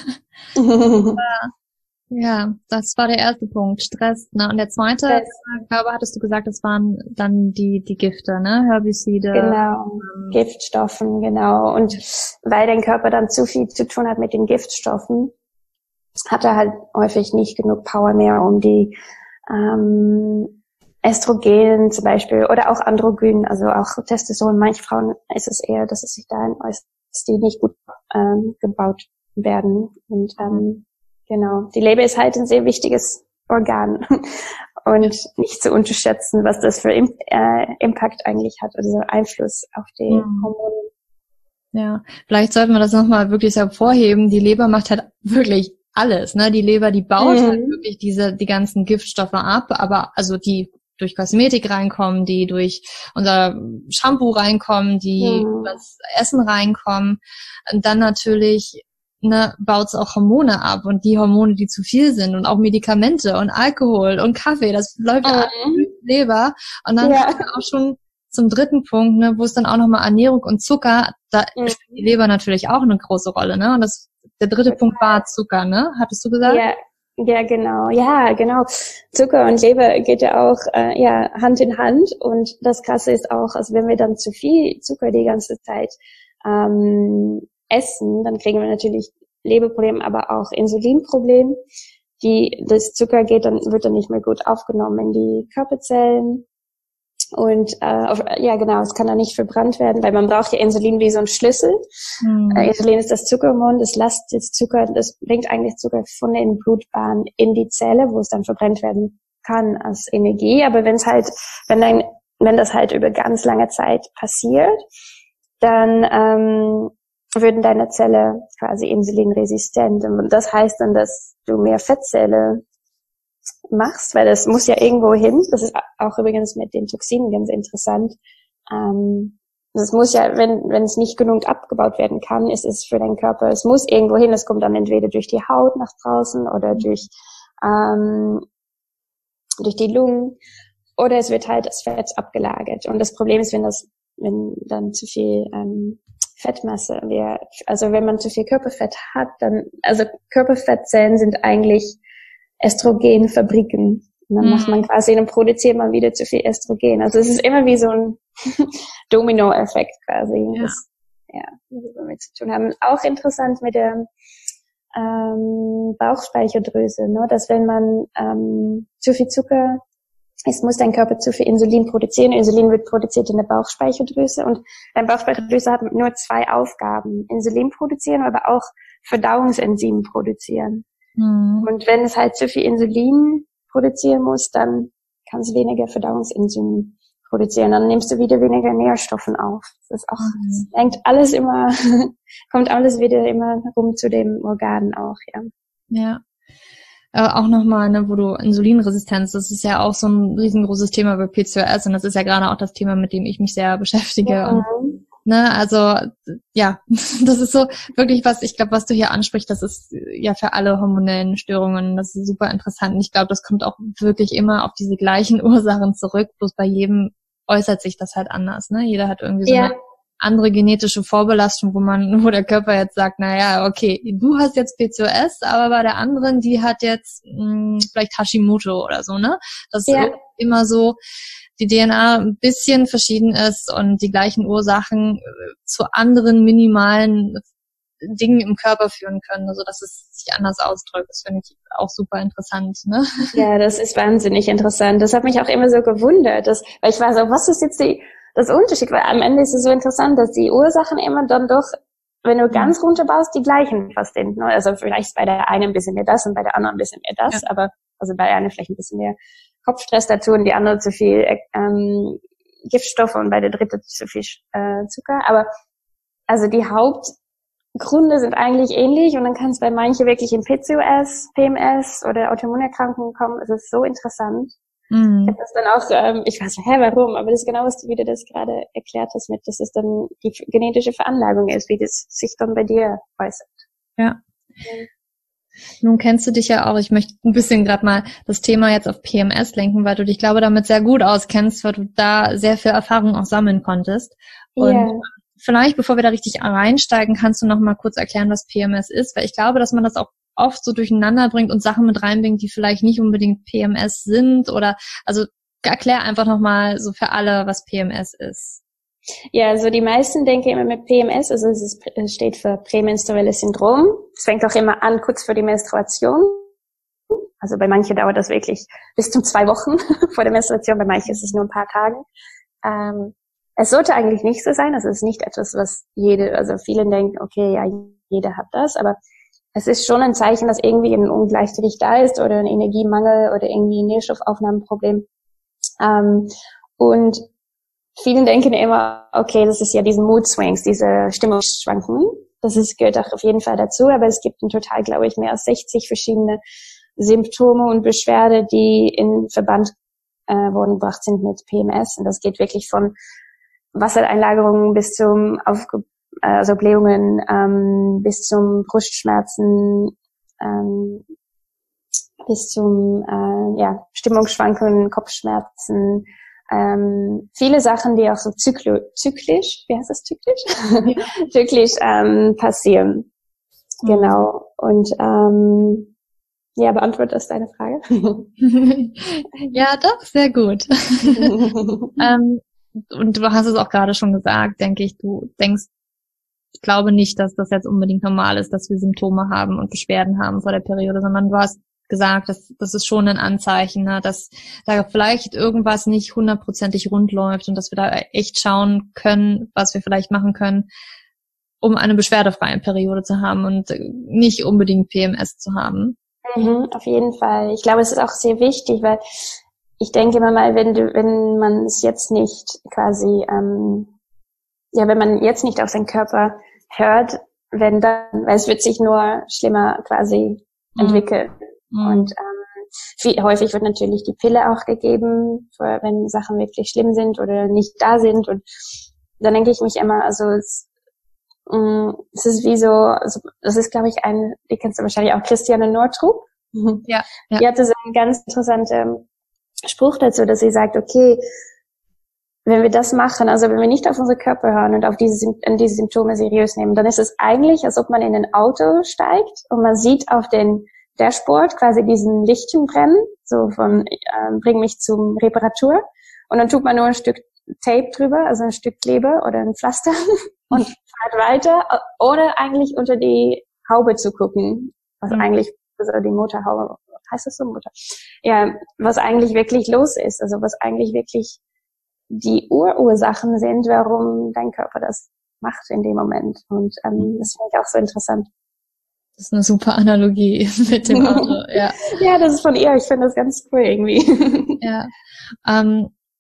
Ja, das war der erste Punkt, Stress, ne? Und der zweite, glaube, hattest du gesagt, das waren dann die Gifte, ne? Herbizide. Genau, Giftstoffen, genau. Und weil dein Körper dann zu viel zu tun hat mit den Giftstoffen, hat er halt häufig nicht genug Power mehr, um die Östrogen zum Beispiel oder auch Androgyn, also auch Testosteron. Manche Frauen ist es eher, dass es sich dahin äußert, dass die nicht gut gebaut werden. Und genau, die Leber ist halt ein sehr wichtiges Organ und nicht zu unterschätzen, was das für Impact eigentlich hat, also Einfluss auf die Hormone. Ja, vielleicht sollten wir das nochmal wirklich hervorheben. Die Leber macht halt wirklich alles, ne? Die Leber, die baut halt wirklich die ganzen Giftstoffe ab, aber also die durch Kosmetik reinkommen, die durch unser Shampoo reinkommen, die das Essen reinkommen. Und dann natürlich baut es auch Hormone ab und die Hormone, die zu viel sind und auch Medikamente und Alkohol und Kaffee, das läuft alles durch die Leber. Und dann kommen wir auch schon zum dritten Punkt, ne, wo es dann auch nochmal Ernährung und Zucker, da spielt die Leber natürlich auch eine große Rolle, ne? Und der dritte Punkt war Zucker, ne? Hattest du gesagt? Ja, genau. Ja, genau. Zucker und Leber geht ja auch Hand in Hand. Und das Krasse ist auch, also wenn wir dann zu viel Zucker die ganze Zeit essen, dann kriegen wir natürlich Leberproblem, aber auch Insulinproblem. Das Zucker wird dann nicht mehr gut aufgenommen in die Körperzellen. Und es kann dann nicht verbrannt werden, weil man braucht ja Insulin wie so ein Schlüssel. Insulin ist das Zuckerhormon, das bringt eigentlich Zucker von den Blutbahnen in die Zelle, wo es dann verbrannt werden kann als Energie. Aber wenn das halt über ganz lange Zeit passiert, dann würden deine Zelle quasi insulinresistent. Und das heißt dann, dass du mehr Fettzelle machst, weil das muss ja irgendwo hin. Das ist auch übrigens mit den Toxinen ganz interessant. Das muss ja, wenn es nicht genug abgebaut werden kann, ist es für deinen Körper, es muss irgendwo hin. Es kommt dann entweder durch die Haut nach draußen oder durch die Lungen oder es wird halt das Fett abgelagert. Und das Problem ist, wenn dann zu viel Fettmasse also wenn man zu viel Körperfett hat, also Körperfettzellen sind eigentlich Östrogenfabriken. Und dann produziert man wieder zu viel Östrogen. Also es ist immer wie so ein Domino-Effekt quasi. Ja. Das wir damit zu tun haben. Auch interessant mit der Bauchspeicheldrüse, ne? Dass wenn man zu viel Zucker isst, muss dein Körper zu viel Insulin produzieren. Insulin wird produziert in der Bauchspeicheldrüse und deine Bauchspeicheldrüse hat nur 2 Aufgaben. Insulin produzieren, aber auch Verdauungsenzyme produzieren. Und wenn es halt zu viel Insulin produzieren muss, dann kann es weniger Verdauungsenzyme produzieren. Dann nimmst du wieder weniger Nährstoffen auf. Das ist auch, es hängt alles immer, kommt alles wieder immer rum zu dem Organ auch, ja. Ja. Auch nochmal, ne, wo du Insulinresistenz, das ist ja auch so ein riesengroßes Thema bei PCOS und das ist ja gerade auch das Thema, mit dem ich mich sehr beschäftige. Und, ne, also ja, das ist so wirklich was, ich glaube, was du hier ansprichst, das ist ja für alle hormonellen Störungen, das ist super interessant. Und ich glaube, das kommt auch wirklich immer auf diese gleichen Ursachen zurück, bloß bei jedem äußert sich das halt anders, ne? Jeder hat irgendwie so eine andere genetische Vorbelastung, wo der Körper jetzt sagt, naja, okay, du hast jetzt PCOS, aber bei der anderen, die hat jetzt vielleicht Hashimoto oder so, ne? Das ist immer so, die DNA ein bisschen verschieden ist und die gleichen Ursachen zu anderen minimalen Dingen im Körper führen können, also dass es sich anders ausdrückt. Das finde ich auch super interessant, ne? Ja, das ist wahnsinnig interessant. Das hat mich auch immer so gewundert, weil ich war so, was ist jetzt das Unterschied? Weil am Ende ist es so interessant, dass die Ursachen immer dann doch, wenn du ganz runterbaust, die gleichen fast sind. Ne? Also vielleicht ist bei der einen ein bisschen mehr das und bei der anderen ein bisschen mehr das, aber also bei der einen vielleicht ein bisschen mehr Kopfstress dazu und die andere zu viel Giftstoffe und bei der dritte zu viel Zucker. Aber also die Hauptgründe sind eigentlich ähnlich und dann kann es bei manchen wirklich in PCOS, PMS oder Autoimmunerkrankungen kommen. Es ist so interessant. Ich habe das dann auch, ich weiß nicht, warum, aber das ist genau, wie du das gerade erklärt hast, dass es dann die genetische Veranlagung ist, wie das sich dann bei dir äußert. Ja. Nun kennst du dich ja auch, ich möchte ein bisschen gerade mal das Thema jetzt auf PMS lenken, weil du dich, glaube ich, damit sehr gut auskennst, weil du da sehr viel Erfahrung auch sammeln konntest. Und vielleicht, bevor wir da richtig reinsteigen, kannst du noch mal kurz erklären, was PMS ist, weil ich glaube, dass man das auch oft so durcheinander bringt und Sachen mit reinbringt, die vielleicht nicht unbedingt PMS sind oder, also erklär einfach nochmal so für alle, was PMS ist. Ja, also die meisten denken immer mit PMS, also es steht für prämenstruelles Syndrom. Es fängt auch immer an kurz vor der Menstruation. Also bei manchen dauert das wirklich bis zu 2 Wochen vor der Menstruation, bei manchen ist es nur ein paar Tage. Es sollte eigentlich nicht so sein, also es ist nicht etwas, was also viele denken, okay, ja, jeder hat das, aber es ist schon ein Zeichen, dass irgendwie ein Ungleichgewicht da ist oder ein Energiemangel oder irgendwie ein Nährstoffaufnahmeproblem. Und viele denken immer, okay, das ist ja diese Mood Swings, diese Stimmungsschwankungen. Gehört auch auf jeden Fall dazu, aber es gibt in total, glaube ich, mehr als 60 verschiedene Symptome und Beschwerden, die in Verband worden gebracht sind mit PMS. Und das geht wirklich von Wassereinlagerungen bis zum also Blähungen, bis zum Brustschmerzen, bis zum Stimmungsschwankungen, Kopfschmerzen, viele Sachen, die auch so zyklisch, wie heißt das zyklisch? Zyklisch passieren. Genau. Und beantwortet das deine Frage? Ja, doch, sehr gut. Und du hast es auch gerade schon gesagt, denke ich, ich glaube nicht, dass das jetzt unbedingt normal ist, dass wir Symptome haben und Beschwerden haben vor der Periode, sondern du hast gesagt, das ist schon ein Anzeichen, ne, dass da vielleicht irgendwas nicht 100%ig rund läuft und dass wir da echt schauen können, was wir vielleicht machen können, um eine beschwerdefreie Periode zu haben und nicht unbedingt PMS zu haben. Auf jeden Fall. Ich glaube, es ist auch sehr wichtig, weil ich denke immer mal, wenn man es jetzt nicht quasi, wenn man jetzt nicht auf seinen Körper hört, weil es wird sich nur schlimmer quasi entwickeln. Und häufig wird natürlich die Pille auch gegeben, wenn Sachen wirklich schlimm sind oder nicht da sind. Und dann denke ich mich immer, also es ist wie so, also das ist, glaube ich, die kennst du wahrscheinlich auch, Christiane Northrup. Ja. Die hatte so einen ganz interessanten Spruch dazu, dass sie sagt, okay, wenn wir das machen, also wenn wir nicht auf unsere Körper hören und auf diese Symptome seriös nehmen, dann ist es eigentlich, als ob man in ein Auto steigt und man sieht auf den Dashboard quasi diesen Lichtchen brennen, so von bring mich zum Reparatur, und dann tut man nur ein Stück Tape drüber, also ein Stück Kleber oder ein Pflaster und fährt weiter, ohne eigentlich unter die Haube zu gucken, was eigentlich, also die Motorhaube, heißt das so, Motor? Ja, was eigentlich wirklich los ist, also was eigentlich wirklich die Ursachen sind, warum dein Körper das macht in dem Moment. Und das finde ich auch so interessant. Das ist eine super Analogie mit dem Auto, ja. Ja, das ist von ihr. Ich finde das ganz cool irgendwie. Ja.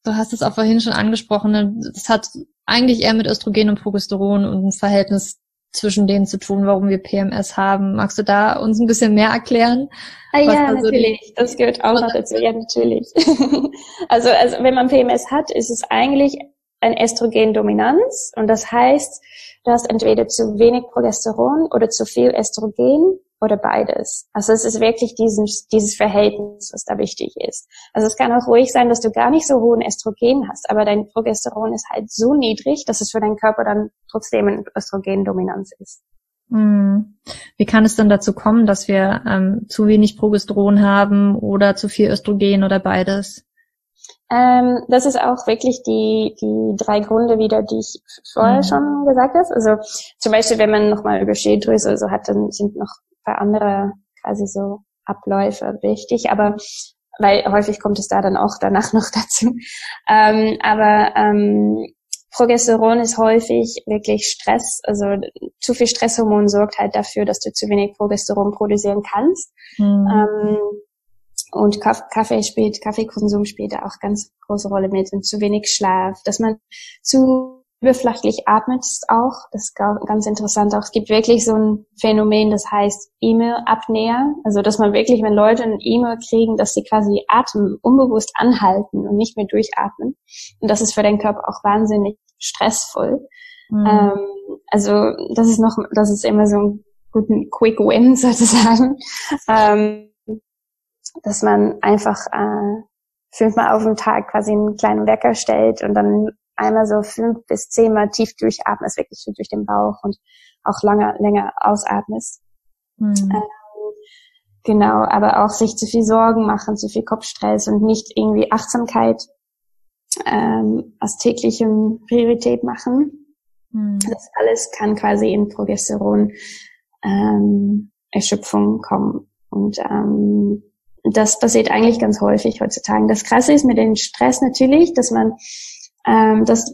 Du hast es auch vorhin schon angesprochen, ne? Das hat eigentlich eher mit Östrogen und Progesteron und ein Verhältnis zwischen denen zu tun, warum wir PMS haben. Magst du da uns ein bisschen mehr erklären? Ja, natürlich. Das gehört auch noch dazu. Ja, natürlich. Also wenn man PMS hat, ist es eigentlich eine Östrogendominanz. Und das heißt, du hast entweder zu wenig Progesteron oder zu viel Östrogen oder beides. Also es ist wirklich dieses Verhältnis, was da wichtig ist. Also es kann auch ruhig sein, dass du gar nicht so hohen Östrogen hast, aber dein Progesteron ist halt so niedrig, dass es für deinen Körper dann trotzdem eine Östrogendominanz ist. Wie kann es denn dazu kommen, dass wir zu wenig Progesteron haben oder zu viel Östrogen oder beides? Das ist auch wirklich die 3 Gründe wieder, die ich vorher schon gesagt habe. Also zum Beispiel, wenn man nochmal über Schilddrüse so hat, dann sind noch ein paar andere quasi so Abläufe wichtig, aber weil häufig kommt es da dann auch danach noch dazu. Progesteron ist häufig wirklich Stress, also zu viel Stresshormon sorgt halt dafür, dass du zu wenig Progesteron produzieren kannst. Und Kaffeekonsum spielt da auch ganz große Rolle mit und zu wenig Schlaf, dass man zu überflachlich atmet auch, das ist ganz interessant auch. Es gibt wirklich so ein Phänomen, das heißt E-Mail-Apnoe, also dass man wirklich, wenn Leute ein E-Mail kriegen, dass sie quasi Atem unbewusst anhalten und nicht mehr durchatmen. Und das ist für den Körper auch wahnsinnig stressvoll. Also das ist immer so ein guten Quick Win sozusagen. Dass man einfach 5-mal auf dem Tag quasi einen kleinen Wecker stellt und dann einmal so 5 bis 10 Mal tief durchatmest, wirklich so durch den Bauch und auch länger ausatmest. Genau, aber auch sich zu viel Sorgen machen, zu viel Kopfstress und nicht irgendwie Achtsamkeit als tägliche Priorität machen. Das alles kann quasi in Progesteron Erschöpfung kommen. Und das passiert eigentlich ganz häufig heutzutage. Das Krasse ist mit dem Stress natürlich, dass man das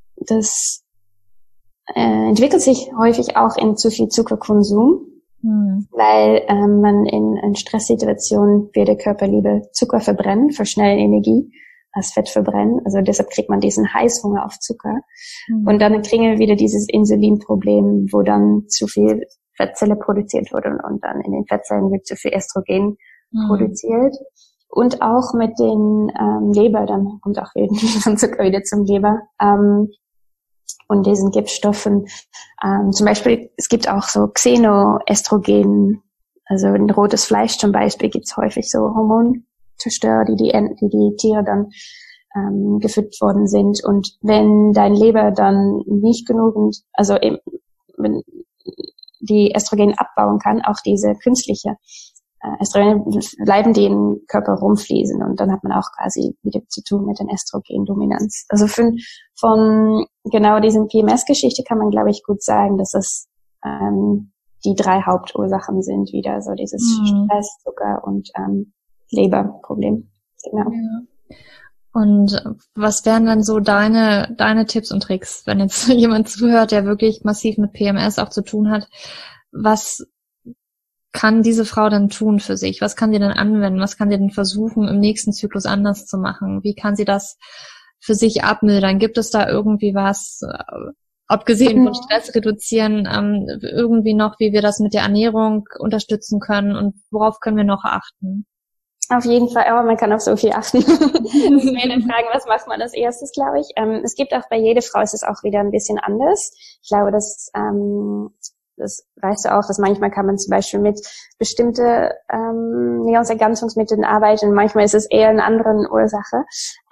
entwickelt sich häufig auch in zu viel Zuckerkonsum, weil man in Stresssituationen wird der Körper lieber Zucker verbrennen für schnelle Energie als Fett verbrennen. Also deshalb kriegt man diesen Heißhunger auf Zucker. Und dann kriegen wir wieder dieses Insulinproblem, wo dann zu viel Fettzelle produziert wurde und dann in den Fettzellen wird zu viel Östrogen produziert. Und auch mit den Leber, dann kommt auch wieder von Zucker wieder zum Leber, und diesen Giftstoffen. Zum Beispiel, es gibt auch so Xenoöstrogen, also in rotes Fleisch zum Beispiel gibt's häufig so Hormonzerstörer, die Tiere dann gefüttert worden sind. Und wenn dein Leber dann nicht genügend, also eben, wenn die Östrogen abbauen kann, auch diese künstliche Östrogen bleiben die im Körper rumfließen und dann hat man auch quasi wieder zu tun mit der Östrogendominanz. Also von genau diesen PMS-Geschichte kann man, glaube ich, gut sagen, dass es die 3 Hauptursachen sind wieder, so dieses Stress, Zucker und Leberproblem. Genau. Ja. Und was wären dann so deine Tipps und Tricks, wenn jetzt jemand zuhört, der wirklich massiv mit PMS auch zu tun hat? Was kann diese Frau dann tun für sich? Was kann sie denn anwenden? Was kann sie denn versuchen, im nächsten Zyklus anders zu machen? Wie kann sie das für sich abmildern? Gibt es da irgendwie was, abgesehen von Stress reduzieren, irgendwie noch, wie wir das mit der Ernährung unterstützen können und worauf können wir noch achten? Auf jeden Fall, aber man kann auf so viel achten. Das ist mir eine Frage, was macht man als erstes, glaube ich. Es gibt auch bei jeder Frau ist es auch wieder ein bisschen anders. Ich glaube, das weißt du auch, dass manchmal kann man zum Beispiel mit bestimmte Nahrungsergänzungsmitteln arbeiten und manchmal ist es eher eine andere Ursache.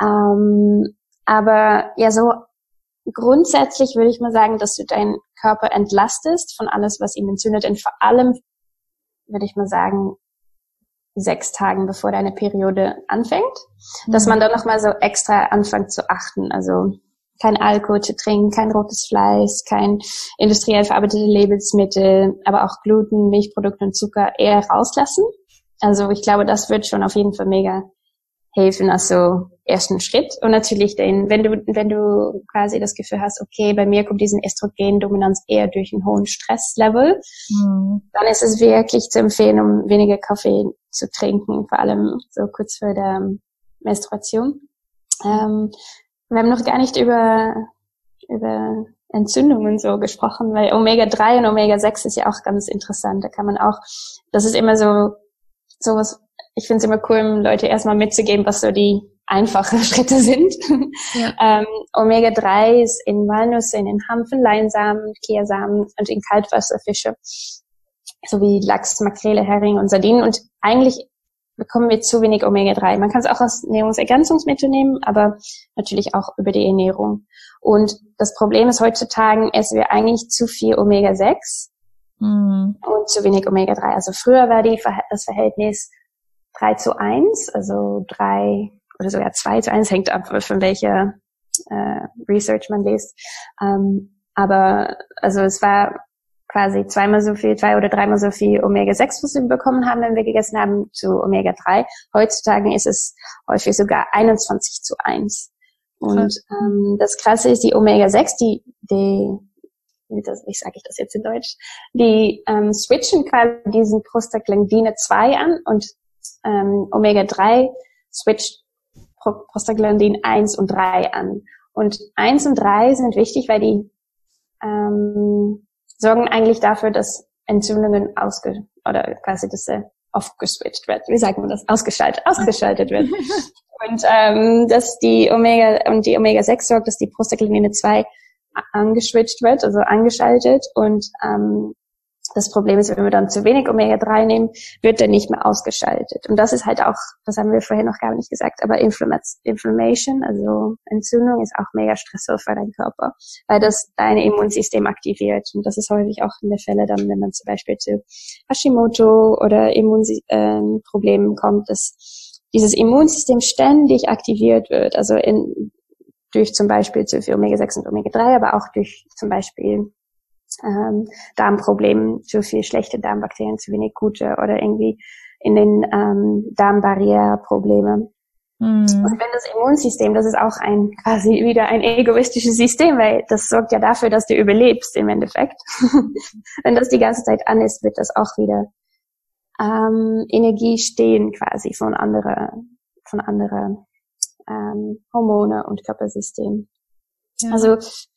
Aber ja, so grundsätzlich würde ich mal sagen, dass du deinen Körper entlastest von alles, was ihn entzündet und vor allem würde ich mal sagen 6 Tagen bevor deine Periode anfängt, dass man dann nochmal so extra anfängt zu achten, also kein Alkohol zu trinken, kein rotes Fleisch, kein industriell verarbeitete Lebensmittel, aber auch Gluten, Milchprodukte und Zucker eher rauslassen. Also ich glaube, das wird schon auf jeden Fall mega helfen als so ersten Schritt. Und natürlich wenn du quasi das Gefühl hast, okay, bei mir kommt diese Östrogendominanz eher durch einen hohen Stresslevel, dann ist es wirklich zu empfehlen, um weniger Kaffee zu trinken, vor allem so kurz vor der Menstruation. Wir haben noch gar nicht über Entzündungen so gesprochen, weil Omega-3 und Omega-6 ist ja auch ganz interessant. Da kann man auch, das ist immer so was, ich finde es immer cool, Leute erstmal mitzugeben, was so die einfachen Schritte sind. Ja. Omega-3 ist in Walnüsse, in den Hanfen, Leinsamen, Chiasamen und in Kaltwasserfische, sowie Lachs, Makrele, Hering und Sardinen. Und eigentlich bekommen wir zu wenig Omega-3. Man kann es auch als Ernährungsergänzungsmittel nehmen, aber natürlich auch über die Ernährung. Und das Problem ist, heutzutage essen wir eigentlich zu viel Omega-6 und zu wenig Omega-3. Also früher war das Verhältnis 3:1, also 3 oder sogar 2:1, hängt ab, von welcher Research man liest. Aber also es war quasi 2 oder 3 mal so viel Omega-6, was wir bekommen haben, wenn wir gegessen haben, zu Omega-3. Heutzutage ist es häufig sogar 21:1. Und das Krasse ist, die Omega-6, wie sage ich das jetzt in Deutsch, die switchen quasi diesen Prostaglandine 2 an und Omega-3 switcht Prostaglandin 1 und 3 an. Und 1 und 3 sind wichtig, weil die sorgen eigentlich dafür, dass Entzündungen oder quasi, dass aufgeswitcht wird. Wie sagt man das? Ausgeschaltet wird. Und dass die Omega-6 sorgt, dass die Prostaglandine 2 angeswitcht wird, also angeschaltet. Und das Problem ist, wenn wir dann zu wenig Omega-3 nehmen, wird der nicht mehr ausgeschaltet. Und das ist halt auch, das haben wir vorhin noch gar nicht gesagt, aber Inflammation, also Entzündung, ist auch mega stressvoll für deinen Körper, weil das dein Immunsystem aktiviert. Und das ist häufig auch in der Fälle dann, wenn man zum Beispiel zu Hashimoto oder Immunproblemen kommt, dass dieses Immunsystem ständig aktiviert wird. Also durch zum Beispiel zu viel Omega-6 und Omega-3, aber auch durch zum Beispiel Darmproblemen, zu viel schlechte Darmbakterien, zu wenig gute oder irgendwie in den Darmbarriereprobleme. Und wenn das Immunsystem, das ist auch quasi wieder ein egoistisches System, weil das sorgt ja dafür, dass du überlebst im Endeffekt. Wenn das die ganze Zeit an ist, wird das auch wieder Energie stehen quasi von andere Hormone und Körpersystem. Ja. Also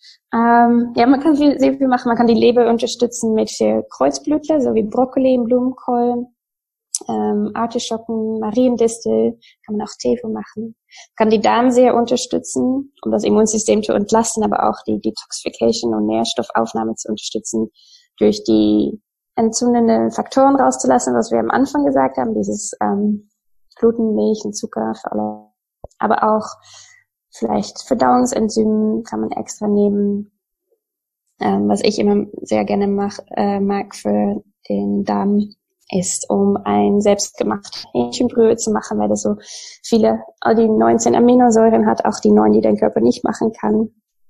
man kann sehr viel machen. Man kann die Leber unterstützen mit Kreuzblütler, so wie Brokkoli, Blumenkohl, Artischocken, Mariendistel, kann man auch Tee von machen. Man kann die Darm sehr unterstützen, um das Immunsystem zu entlasten, aber auch die Detoxification und Nährstoffaufnahme zu unterstützen, durch die entzündenden Faktoren rauszulassen, was wir am Anfang gesagt haben, dieses Gluten, Milch und Zucker für alle, aber auch vielleicht Verdauungsenzyme kann man extra nehmen. Was ich immer sehr gerne mag für den Darm, ist, um ein selbstgemachtes Hähnchenbrühe zu machen, weil das so all die 19 Aminosäuren hat, auch die 9, die dein Körper nicht machen kann.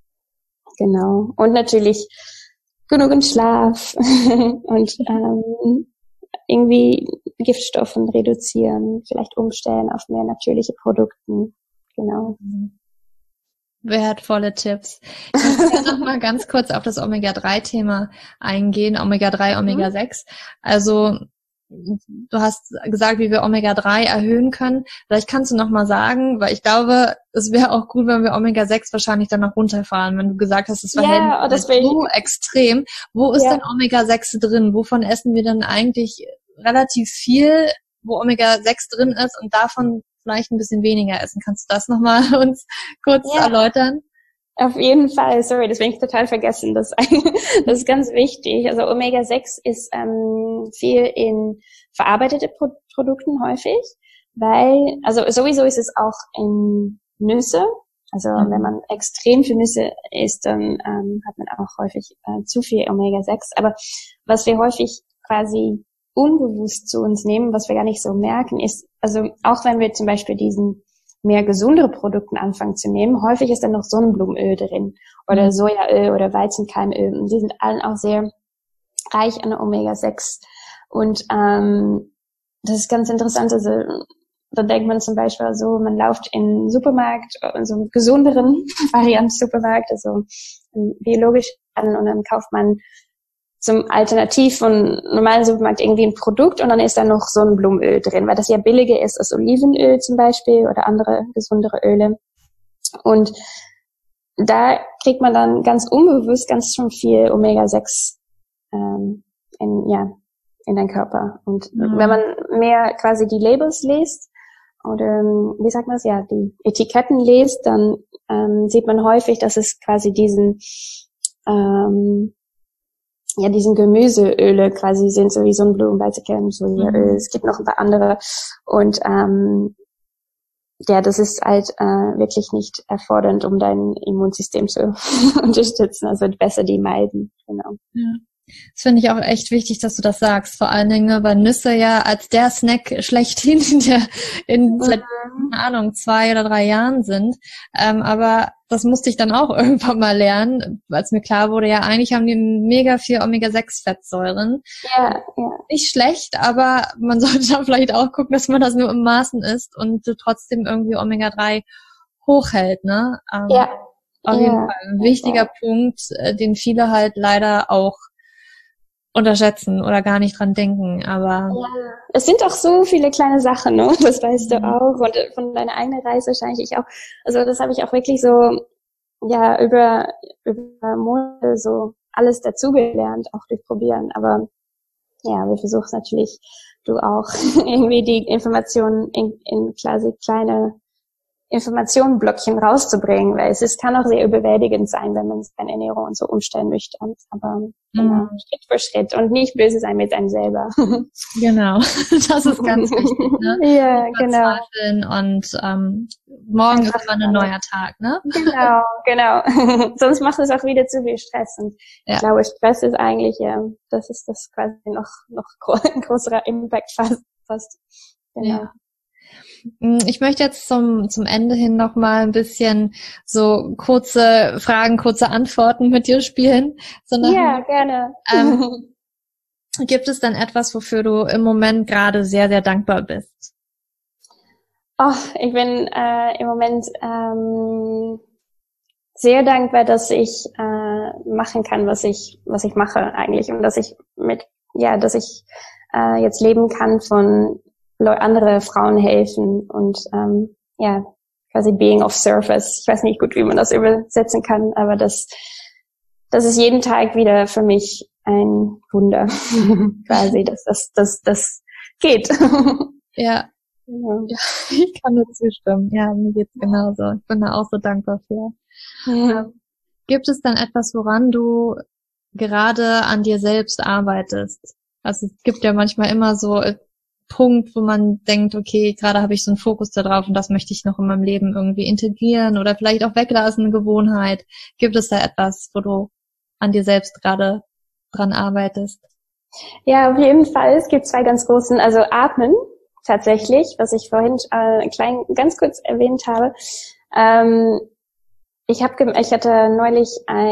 Genau. Und natürlich genügend Schlaf und irgendwie Giftstoffen reduzieren, vielleicht umstellen auf mehr natürliche Produkte. Genau. Wertvolle Tipps. Ich möchte noch mal ganz kurz auf das Omega-3-Thema eingehen, Omega-3, Omega-6. Also du hast gesagt, wie wir Omega-3 erhöhen können. Vielleicht kannst du noch mal sagen, weil ich glaube, es wäre auch gut, wenn wir Omega-6 wahrscheinlich dann noch runterfahren, wenn du gesagt hast, das Verhältnis ist so extrem. Wo ist denn Omega-6 drin? Wovon essen wir dann eigentlich relativ viel, wo Omega-6 drin ist und davon vielleicht ein bisschen weniger essen? Kannst du das nochmal uns kurz erläutern? Auf jeden Fall, sorry, das will ich total vergessen. Das ist ganz wichtig. Also Omega-6 ist viel in verarbeitete Produkten häufig, weil, also sowieso ist es auch in Nüsse. Also wenn man extrem viel Nüsse isst, dann hat man auch häufig zu viel Omega-6. Aber was wir häufig quasi unbewusst zu uns nehmen, was wir gar nicht so merken, ist, also auch wenn wir zum Beispiel diesen mehr gesundere Produkten anfangen zu nehmen, häufig ist dann noch Sonnenblumenöl drin oder Sojaöl oder Weizenkeimöl und die sind allen auch sehr reich an Omega-6 und das ist ganz interessant, also da denkt man zum Beispiel so, man läuft in den Supermarkt, in so einem gesünderen Variant Supermarkt, also biologisch an und dann kauft man zum Alternativ von normalen Supermarkt irgendwie ein Produkt und dann ist da noch Sonnenblumenöl drin, weil das ja billiger ist als Olivenöl zum Beispiel oder andere gesundere Öle. Und da kriegt man dann ganz unbewusst ganz schon viel Omega-6 in den Körper. Und wenn man mehr quasi die Labels liest oder wie sagt man es, ja, die Etiketten liest, dann sieht man häufig, dass es quasi diesen Gemüseöle quasi sind, so wie Sonnenblumen, Weizenkehren, Sojaöl. Es gibt noch ein paar andere. Und das ist halt wirklich nicht erfordernd, um dein Immunsystem zu unterstützen. Also besser die meiden, genau. Ja. Das finde ich auch echt wichtig, dass du das sagst. Vor allen Dingen, weil Nüsse ja als der Snack schlechthin seit, keine Ahnung, 2 oder 3 Jahren sind. Aber das musste ich dann auch irgendwann mal lernen, als mir klar wurde, ja, eigentlich haben die mega viel Omega-6-Fettsäuren. Ja. Nicht schlecht, aber man sollte da vielleicht auch gucken, dass man das nur im Maßen isst und trotzdem irgendwie Omega-3 hochhält, ne? Auf jeden Fall ein wichtiger Punkt, den viele halt leider auch unterschätzen oder gar nicht dran denken, aber... Ja, es sind auch so viele kleine Sachen, ne? Das weißt du auch. Und von deiner eigenen Reise wahrscheinlich ich auch. Also das habe ich auch wirklich so, ja, über Monate so alles dazugelernt, auch durch Probieren. Aber ja, wir versuchen natürlich, du auch, irgendwie die Informationen in quasi kleine Informationenblöckchen rauszubringen, weil es kann auch sehr überwältigend sein, wenn man seine Ernährung und so umstellen möchte. Aber genau, Schritt für Schritt und nicht böse sein mit einem selber. Genau, das ist ganz wichtig. Ne? Ja, genau. Und morgen ist immer ein neuer Tag, ne? Genau. Sonst macht es auch wieder zu viel Stress. Und ich glaube, Stress ist eigentlich, das ist das quasi noch ein größerer Impact fast. Genau. Ja. Ich möchte jetzt zum Ende hin noch mal ein bisschen so kurze Fragen, kurze Antworten mit dir spielen. Ja, gerne. Gibt es dann etwas, wofür du im Moment gerade sehr, sehr dankbar bist? Oh, ich bin im Moment sehr dankbar, dass ich machen kann, was ich mache eigentlich und dass ich jetzt leben kann von andere Frauen helfen und quasi being of service. Ich weiß nicht gut, wie man das übersetzen kann, aber das ist jeden Tag wieder für mich ein Wunder, quasi, dass das geht. Ja. Ja, ich kann nur zustimmen. Ja, mir geht's genauso. Ich bin da auch so dankbar für. Ja. Gibt es dann etwas, woran du gerade an dir selbst arbeitest? Also es gibt ja manchmal immer so Punkt, wo man denkt, okay, gerade habe ich so einen Fokus da drauf und das möchte ich noch in meinem Leben irgendwie integrieren oder vielleicht auch weglassen, eine Gewohnheit. Gibt es da etwas, wo du an dir selbst gerade dran arbeitest? Ja, auf jeden Fall. Es gibt 2 ganz großen, also Atmen tatsächlich, was ich vorhin ganz kurz erwähnt habe. Ich hatte neulich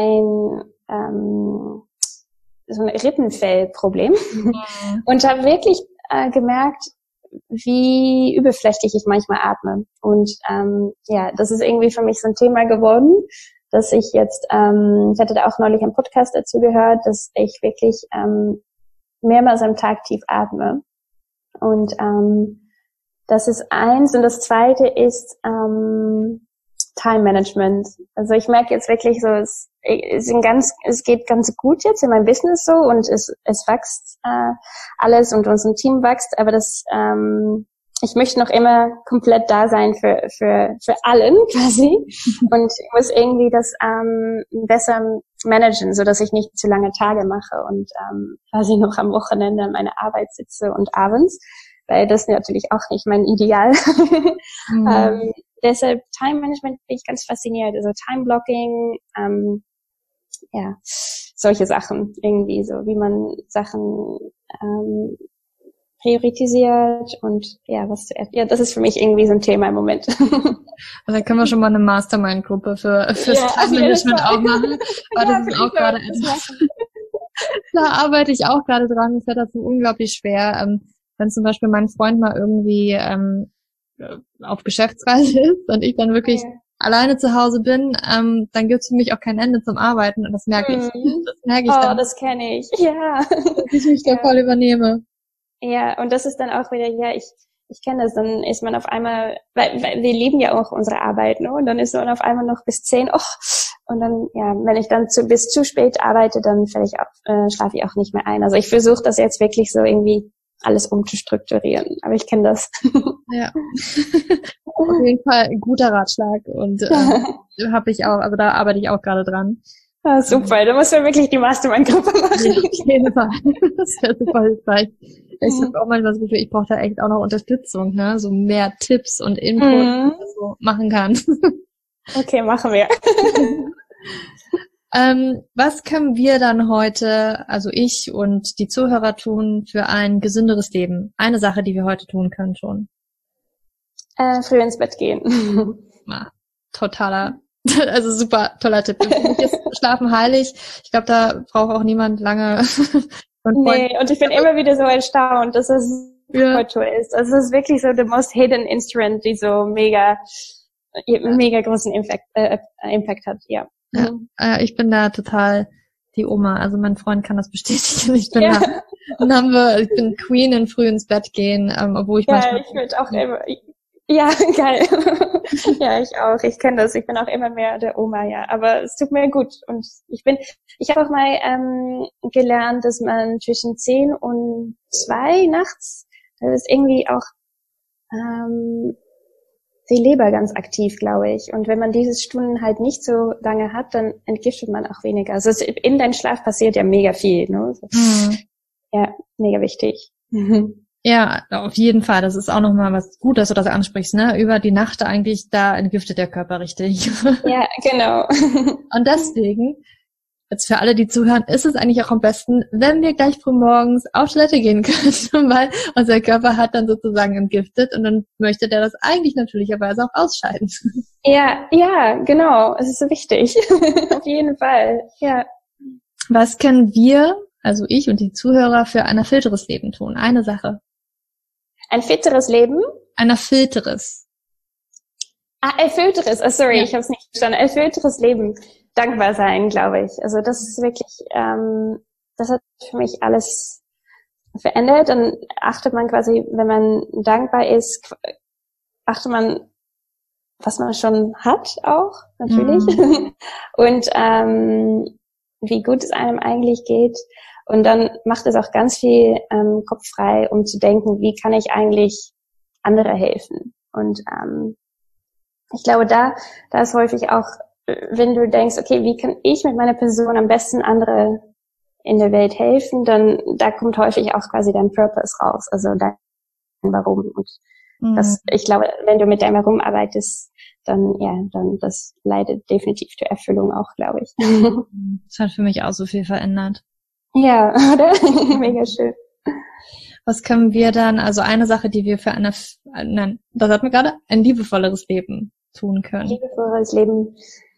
so ein Rippenfellproblem und habe wirklich gemerkt, wie überflächig ich manchmal atme. Und das ist irgendwie für mich so ein Thema geworden, dass ich jetzt, ich hatte da auch neulich einen Podcast dazu gehört, dass ich wirklich mehrmals am Tag tief atme. Und das ist eins. Und das zweite ist Time Management. Also ich merke jetzt wirklich so, es geht ganz gut jetzt in meinem Business so und es wächst alles und unser Team wächst, aber ich möchte noch immer komplett da sein für allen quasi und ich muss irgendwie das besser managen, so dass ich nicht zu lange Tage mache und quasi noch am Wochenende an meiner Arbeit sitze und abends, weil das ist natürlich auch nicht mein Ideal. Deshalb Time Management bin ich ganz fasziniert, also Time Blocking, solche Sachen irgendwie so, wie man Sachen priorisiert und das ist für mich irgendwie so ein Thema im Moment. Also da können wir schon mal eine Mastermind-Gruppe fürs Time Management auch machen, aber das ist auch gerade etwas. Da arbeite ich auch gerade dran, das wird dazu unglaublich schwer. Wenn zum Beispiel mein Freund mal irgendwie auf Geschäftsreise ist und ich dann wirklich alleine zu Hause bin, dann gibt es für mich auch kein Ende zum Arbeiten und das merke ich. Das merke ich dann. Oh, das kenne ich. Ja. Dass ich mich da voll übernehme. Ja, und das ist dann auch wieder, ich kenne das, dann ist man auf einmal, weil wir lieben ja auch unsere Arbeit, ne? Und dann ist man auf einmal noch bis 10, und dann, ja, wenn ich dann bis zu spät arbeite, dann schlafe ich auch nicht mehr ein. Also ich versuche das jetzt wirklich so irgendwie alles umzustrukturieren, aber ich kenne das. Ja. Auf jeden Fall ein guter Ratschlag und habe ich auch, also da arbeite ich auch gerade dran. Ah, super, da muss man wirklich die Mastermind-Gruppe machen. Ja, auf jeden Fall. Das wäre super hilfreich. Ich habe auch manchmal das Gefühl, ich brauche da echt auch noch Unterstützung, ne? So mehr Tipps und Input, wie ich das so machen kann. Okay, machen wir. Was können wir dann heute, also ich und die Zuhörer tun für ein gesünderes Leben? Eine Sache, die wir heute tun können schon. Früh ins Bett gehen. Also super toller Tipp. Für mich ist Schlafen heilig. Ich glaube, da braucht auch niemand lange. Nee, und ich bin immer wieder so erstaunt, dass es super toll ist. Also es ist wirklich so the most hidden instrument, die so mega großen Impact hat, ja. Ja, ich bin da total die Oma. Also mein Freund kann das bestätigen. Ich bin ich bin Queen in früh ins Bett gehen, obwohl ich manchmal... Ja, ich würde auch immer... Ja, geil. Ja, ich auch. Ich kenne das. Ich bin auch immer mehr der Oma, ja. Aber es tut mir gut. Und ich habe auch mal gelernt, dass man zwischen 10 und 2 nachts, das ist irgendwie auch die Leber ganz aktiv, glaube ich. Und wenn man diese Stunden halt nicht so lange hat, dann entgiftet man auch weniger. Also in deinem Schlaf passiert ja mega viel, ne? Ja, mega wichtig. Ja, auf jeden Fall. Das ist auch nochmal was gut, dass du das ansprichst, ne? Über die Nacht eigentlich, da entgiftet der Körper richtig. Ja, genau. Und deswegen, jetzt für alle, die zuhören, ist es eigentlich auch am besten, wenn wir gleich früh morgens auf Toilette gehen können, weil unser Körper hat dann sozusagen entgiftet und dann möchte der das eigentlich natürlicherweise auch ausscheiden. Ja, genau. Es ist so wichtig. Auf jeden Fall, ja. Was können wir, also ich und die Zuhörer, für ein erfüllteres Leben tun? Eine Sache. Ein fitteres Leben? Ein erfüllteres. Erfüllteres. Sorry, ja. Ich habe es nicht verstanden. Erfüllteres Leben. Dankbar sein, glaube ich. Also das ist wirklich, das hat für mich alles verändert. Dann achtet man quasi, wenn man dankbar ist, achtet man, was man schon hat auch, natürlich. Und wie gut es einem eigentlich geht. Und dann macht es auch ganz viel Kopf frei, um zu denken, wie kann ich eigentlich andere helfen. Und ich glaube, da ist häufig auch, wenn du denkst, okay, wie kann ich mit meiner Person am besten andere in der Welt helfen, dann da kommt häufig auch quasi dein Purpose raus, also dein Warum. Und das, ich glaube, wenn du mit deinem Warum arbeitest, dann das leitet definitiv zur Erfüllung auch, glaube ich. Das hat für mich auch so viel verändert. Ja, oder? Mega schön. Was können wir dann, also eine Sache, die wir für das hatten wir gerade, ein liebevolleres Leben tun können. Liebevolleres Leben.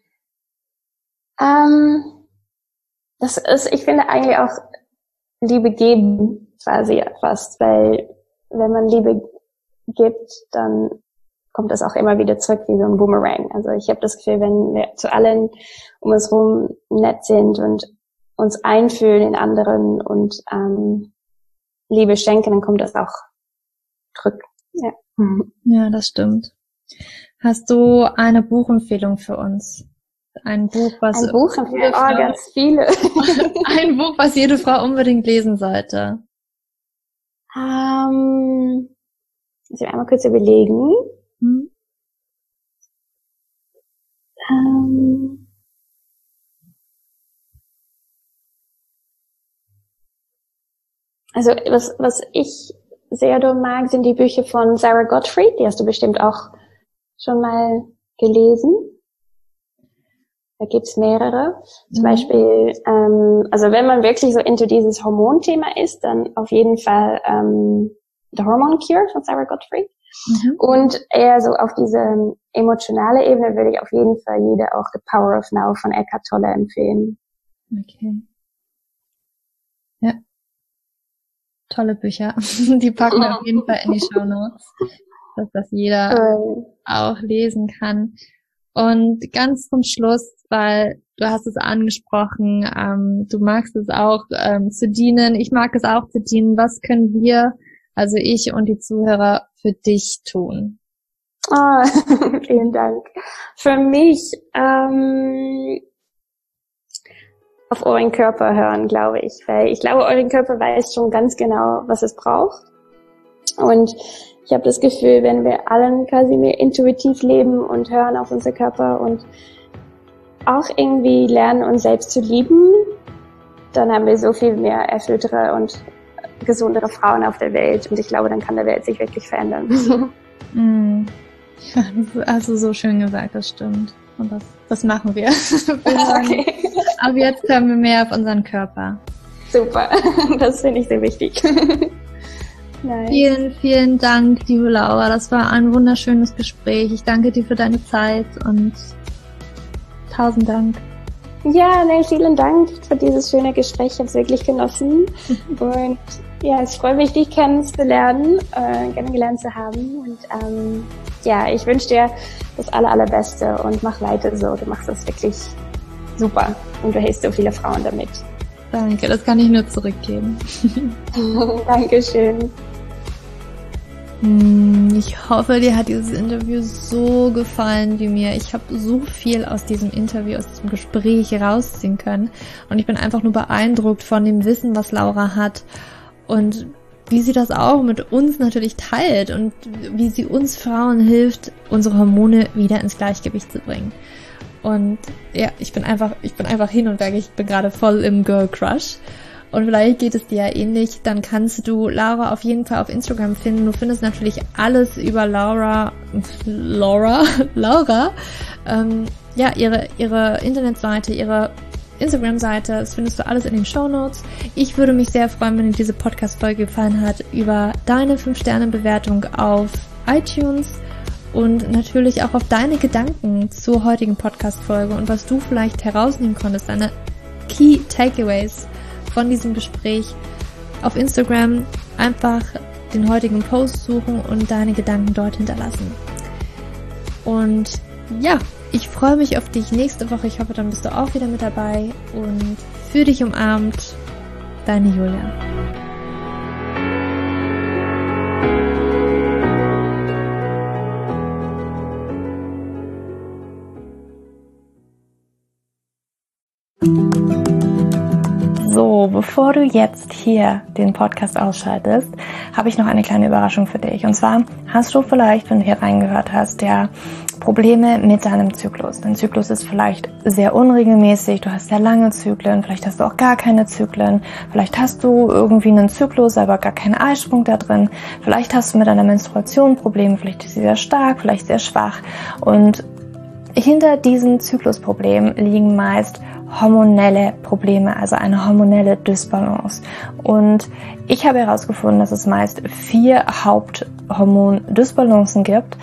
Das ist, ich finde eigentlich auch Liebe geben quasi fast, weil wenn man Liebe gibt, dann kommt das auch immer wieder zurück wie so ein Boomerang. Also ich habe das Gefühl, wenn wir zu allen um uns herum nett sind und uns einfühlen in anderen und Liebe schenken, dann kommt das auch zurück. Ja. Ja, das stimmt. Hast du eine Buchempfehlung für uns? Ein Buch, was ganz viele. Ein Buch, was jede Frau unbedingt lesen sollte. Muss ich einmal kurz überlegen. Also was ich sehr doll mag, sind die Bücher von Sarah Gottfried. Die hast du bestimmt auch schon mal gelesen. Da gibt's mehrere. Zum Beispiel, also wenn man wirklich so into dieses Hormonthema ist, dann auf jeden Fall The Hormone Cure von Sarah Gottfried. Und eher so auf diese emotionale Ebene würde ich auf jeden Fall jeder auch The Power of Now von Eckhart Tolle empfehlen. Okay. Ja. Tolle Bücher. Die packen wir auf jeden Fall in die Shownotes, dass das jeder auch lesen kann. Und ganz zum Schluss, weil du hast es angesprochen, du magst es auch zu dienen, ich mag es auch zu dienen. Was können wir also ich und die Zuhörer, für dich tun? Ah, vielen Dank. Für mich auf euren Körper hören, glaube ich, weil ich glaube, euren Körper weiß schon ganz genau, was es braucht. Und ich habe das Gefühl, wenn wir allen quasi mehr intuitiv leben und hören auf unseren Körper und auch irgendwie lernen, uns selbst zu lieben, dann haben wir so viel mehr erfülltere und gesundere Frauen auf der Welt. Und ich glaube, dann kann der Welt sich wirklich verändern. Ja, das hast du so schön gesagt, das stimmt. Und das machen wir. Okay. Aber jetzt hören wir mehr auf unseren Körper. Super, das finde ich sehr wichtig. Nice. Vielen, vielen Dank, liebe Laura. Das war ein wunderschönes Gespräch. Ich danke dir für deine Zeit und 1000 Dank. Ja, vielen Dank für dieses schöne Gespräch. Ich habe es wirklich genossen. Und ja, ich freue mich, dich kennengelernt zu haben. Und ja, ich wünsche dir das Allerbeste und mach weiter so. Du machst das wirklich super und du hilfst so viele Frauen damit. Danke, das kann ich nur zurückgeben. Dankeschön. Ich hoffe, dir hat dieses Interview so gefallen wie mir. Ich habe so viel aus diesem Interview, aus diesem Gespräch rausziehen können. Und ich bin einfach nur beeindruckt von dem Wissen, was Laura hat. Und wie sie das auch mit uns natürlich teilt und wie sie uns Frauen hilft, unsere Hormone wieder ins Gleichgewicht zu bringen. Und ja, ich bin einfach hin und weg. Ich bin gerade voll im Girl Crush. Und vielleicht geht es dir ja ähnlich. Dann kannst du Laura auf jeden Fall auf Instagram finden. Du findest natürlich alles über Laura, ja, ihre Internetseite, ihre Instagram-Seite. Das findest du alles in den Shownotes. Ich würde mich sehr freuen, wenn dir diese Podcast-Folge gefallen hat, über deine 5-Sterne-Bewertung auf iTunes. Und natürlich auch auf deine Gedanken zur heutigen Podcast-Folge und was du vielleicht herausnehmen konntest, deine Key Takeaways von diesem Gespräch. Auf Instagram einfach den heutigen Post suchen und deine Gedanken dort hinterlassen. Und ja, ich freue mich auf dich nächste Woche. Ich hoffe, dann bist du auch wieder mit dabei. Und für dich umarmt, deine Julia. So, bevor du jetzt hier den Podcast ausschaltest, habe ich noch eine kleine Überraschung für dich. Und zwar hast du vielleicht, wenn du hier reingehört hast, ja Probleme mit deinem Zyklus. Dein Zyklus ist vielleicht sehr unregelmäßig, du hast sehr lange Zyklen, vielleicht hast du auch gar keine Zyklen, vielleicht hast du irgendwie einen Zyklus, aber gar keinen Eisprung da drin, vielleicht hast du mit deiner Menstruation Probleme, vielleicht ist sie sehr stark, vielleicht sehr schwach. Und hinter diesen Zyklusproblemen liegen meist hormonelle Probleme, also eine hormonelle Dysbalance. Und ich habe herausgefunden, dass es meist 4 Haupthormondysbalancen gibt: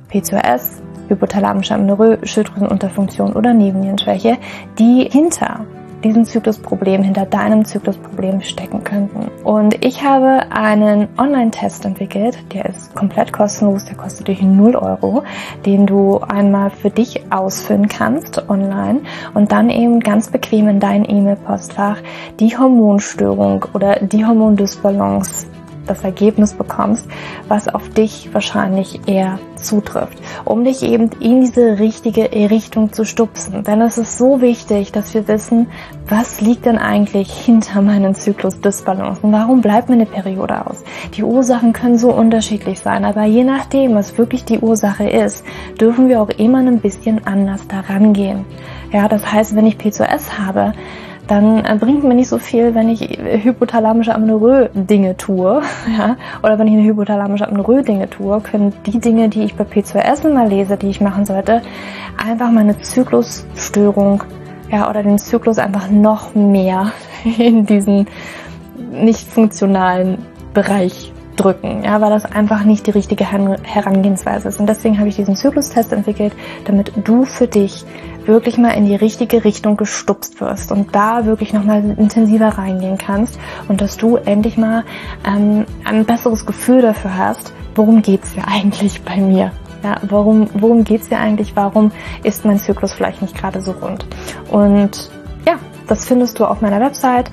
PCOS, hypothalamische Amenorrhoe, Schilddrüsenunterfunktion oder Nebennierenschwäche, die hinter diesem Zyklusproblem, hinter deinem Zyklusproblem stecken könnten. Und ich habe einen Online-Test entwickelt, der ist komplett kostenlos, der kostet dich 0 €, den du einmal für dich ausfüllen kannst online und dann eben ganz bequem in dein E-Mail-Postfach die Hormonstörung oder die Hormondysbalance, das Ergebnis bekommst, was auf dich wahrscheinlich eher zutrifft, um dich eben in diese richtige Richtung zu stupsen. Denn es ist so wichtig, dass wir wissen, was liegt denn eigentlich hinter meinen Zyklusdysbalancen? Warum bleibt mir eine Periode aus? Die Ursachen können so unterschiedlich sein, aber je nachdem, was wirklich die Ursache ist, dürfen wir auch immer ein bisschen anders daran gehen. Ja, das heißt, wenn ich PCOS habe, dann bringt mir nicht so viel, wenn ich hypothalamische Amenorrhoe Dinge tue, ja, oder wenn ich eine hypothalamische Amenorrhoe Dinge tue, können die Dinge, die ich bei PCOS immer lese, die ich machen sollte, einfach meine Zyklusstörung, ja, oder den Zyklus einfach noch mehr in diesen nicht funktionalen Bereich drücken, ja, weil das einfach nicht die richtige Herangehensweise ist. Und deswegen habe ich diesen Zyklustest entwickelt, damit du für dich wirklich mal in die richtige Richtung gestupst wirst und da wirklich nochmal intensiver reingehen kannst und dass du endlich mal ein besseres Gefühl dafür hast, worum geht's ja eigentlich bei mir? Ja, worum geht's ja eigentlich? Warum ist mein Zyklus vielleicht nicht gerade so rund? Und ja, Das findest du auf meiner Website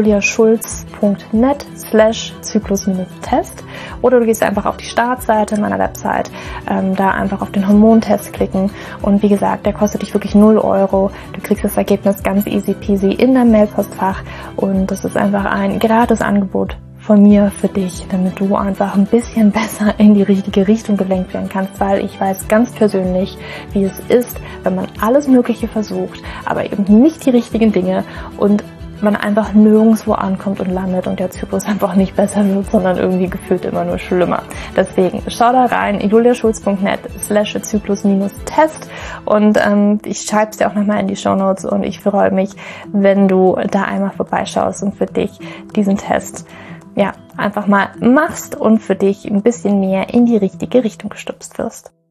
juliaschulz.net/Zyklus-Test oder du gehst einfach auf die Startseite meiner Website, da einfach auf den Hormontest klicken und wie gesagt, der kostet dich wirklich 0 €. Du kriegst das Ergebnis ganz easy peasy in dein Mailpostfach und das ist einfach ein gratis Angebot von mir für dich, damit du einfach ein bisschen besser in die richtige Richtung gelenkt werden kannst, weil ich weiß ganz persönlich, wie es ist, wenn man alles Mögliche versucht, aber eben nicht die richtigen Dinge und man einfach nirgendwo ankommt und landet und der Zyklus einfach nicht besser wird, sondern irgendwie gefühlt immer nur schlimmer. Deswegen schau da rein, juliaschulz.net/Zyklus-Test und ich schreibe es dir auch nochmal in die Shownotes und ich freue mich, wenn du da einmal vorbeischaust und für dich diesen Test einfach mal machst und für dich ein bisschen mehr in die richtige Richtung gestupst wirst.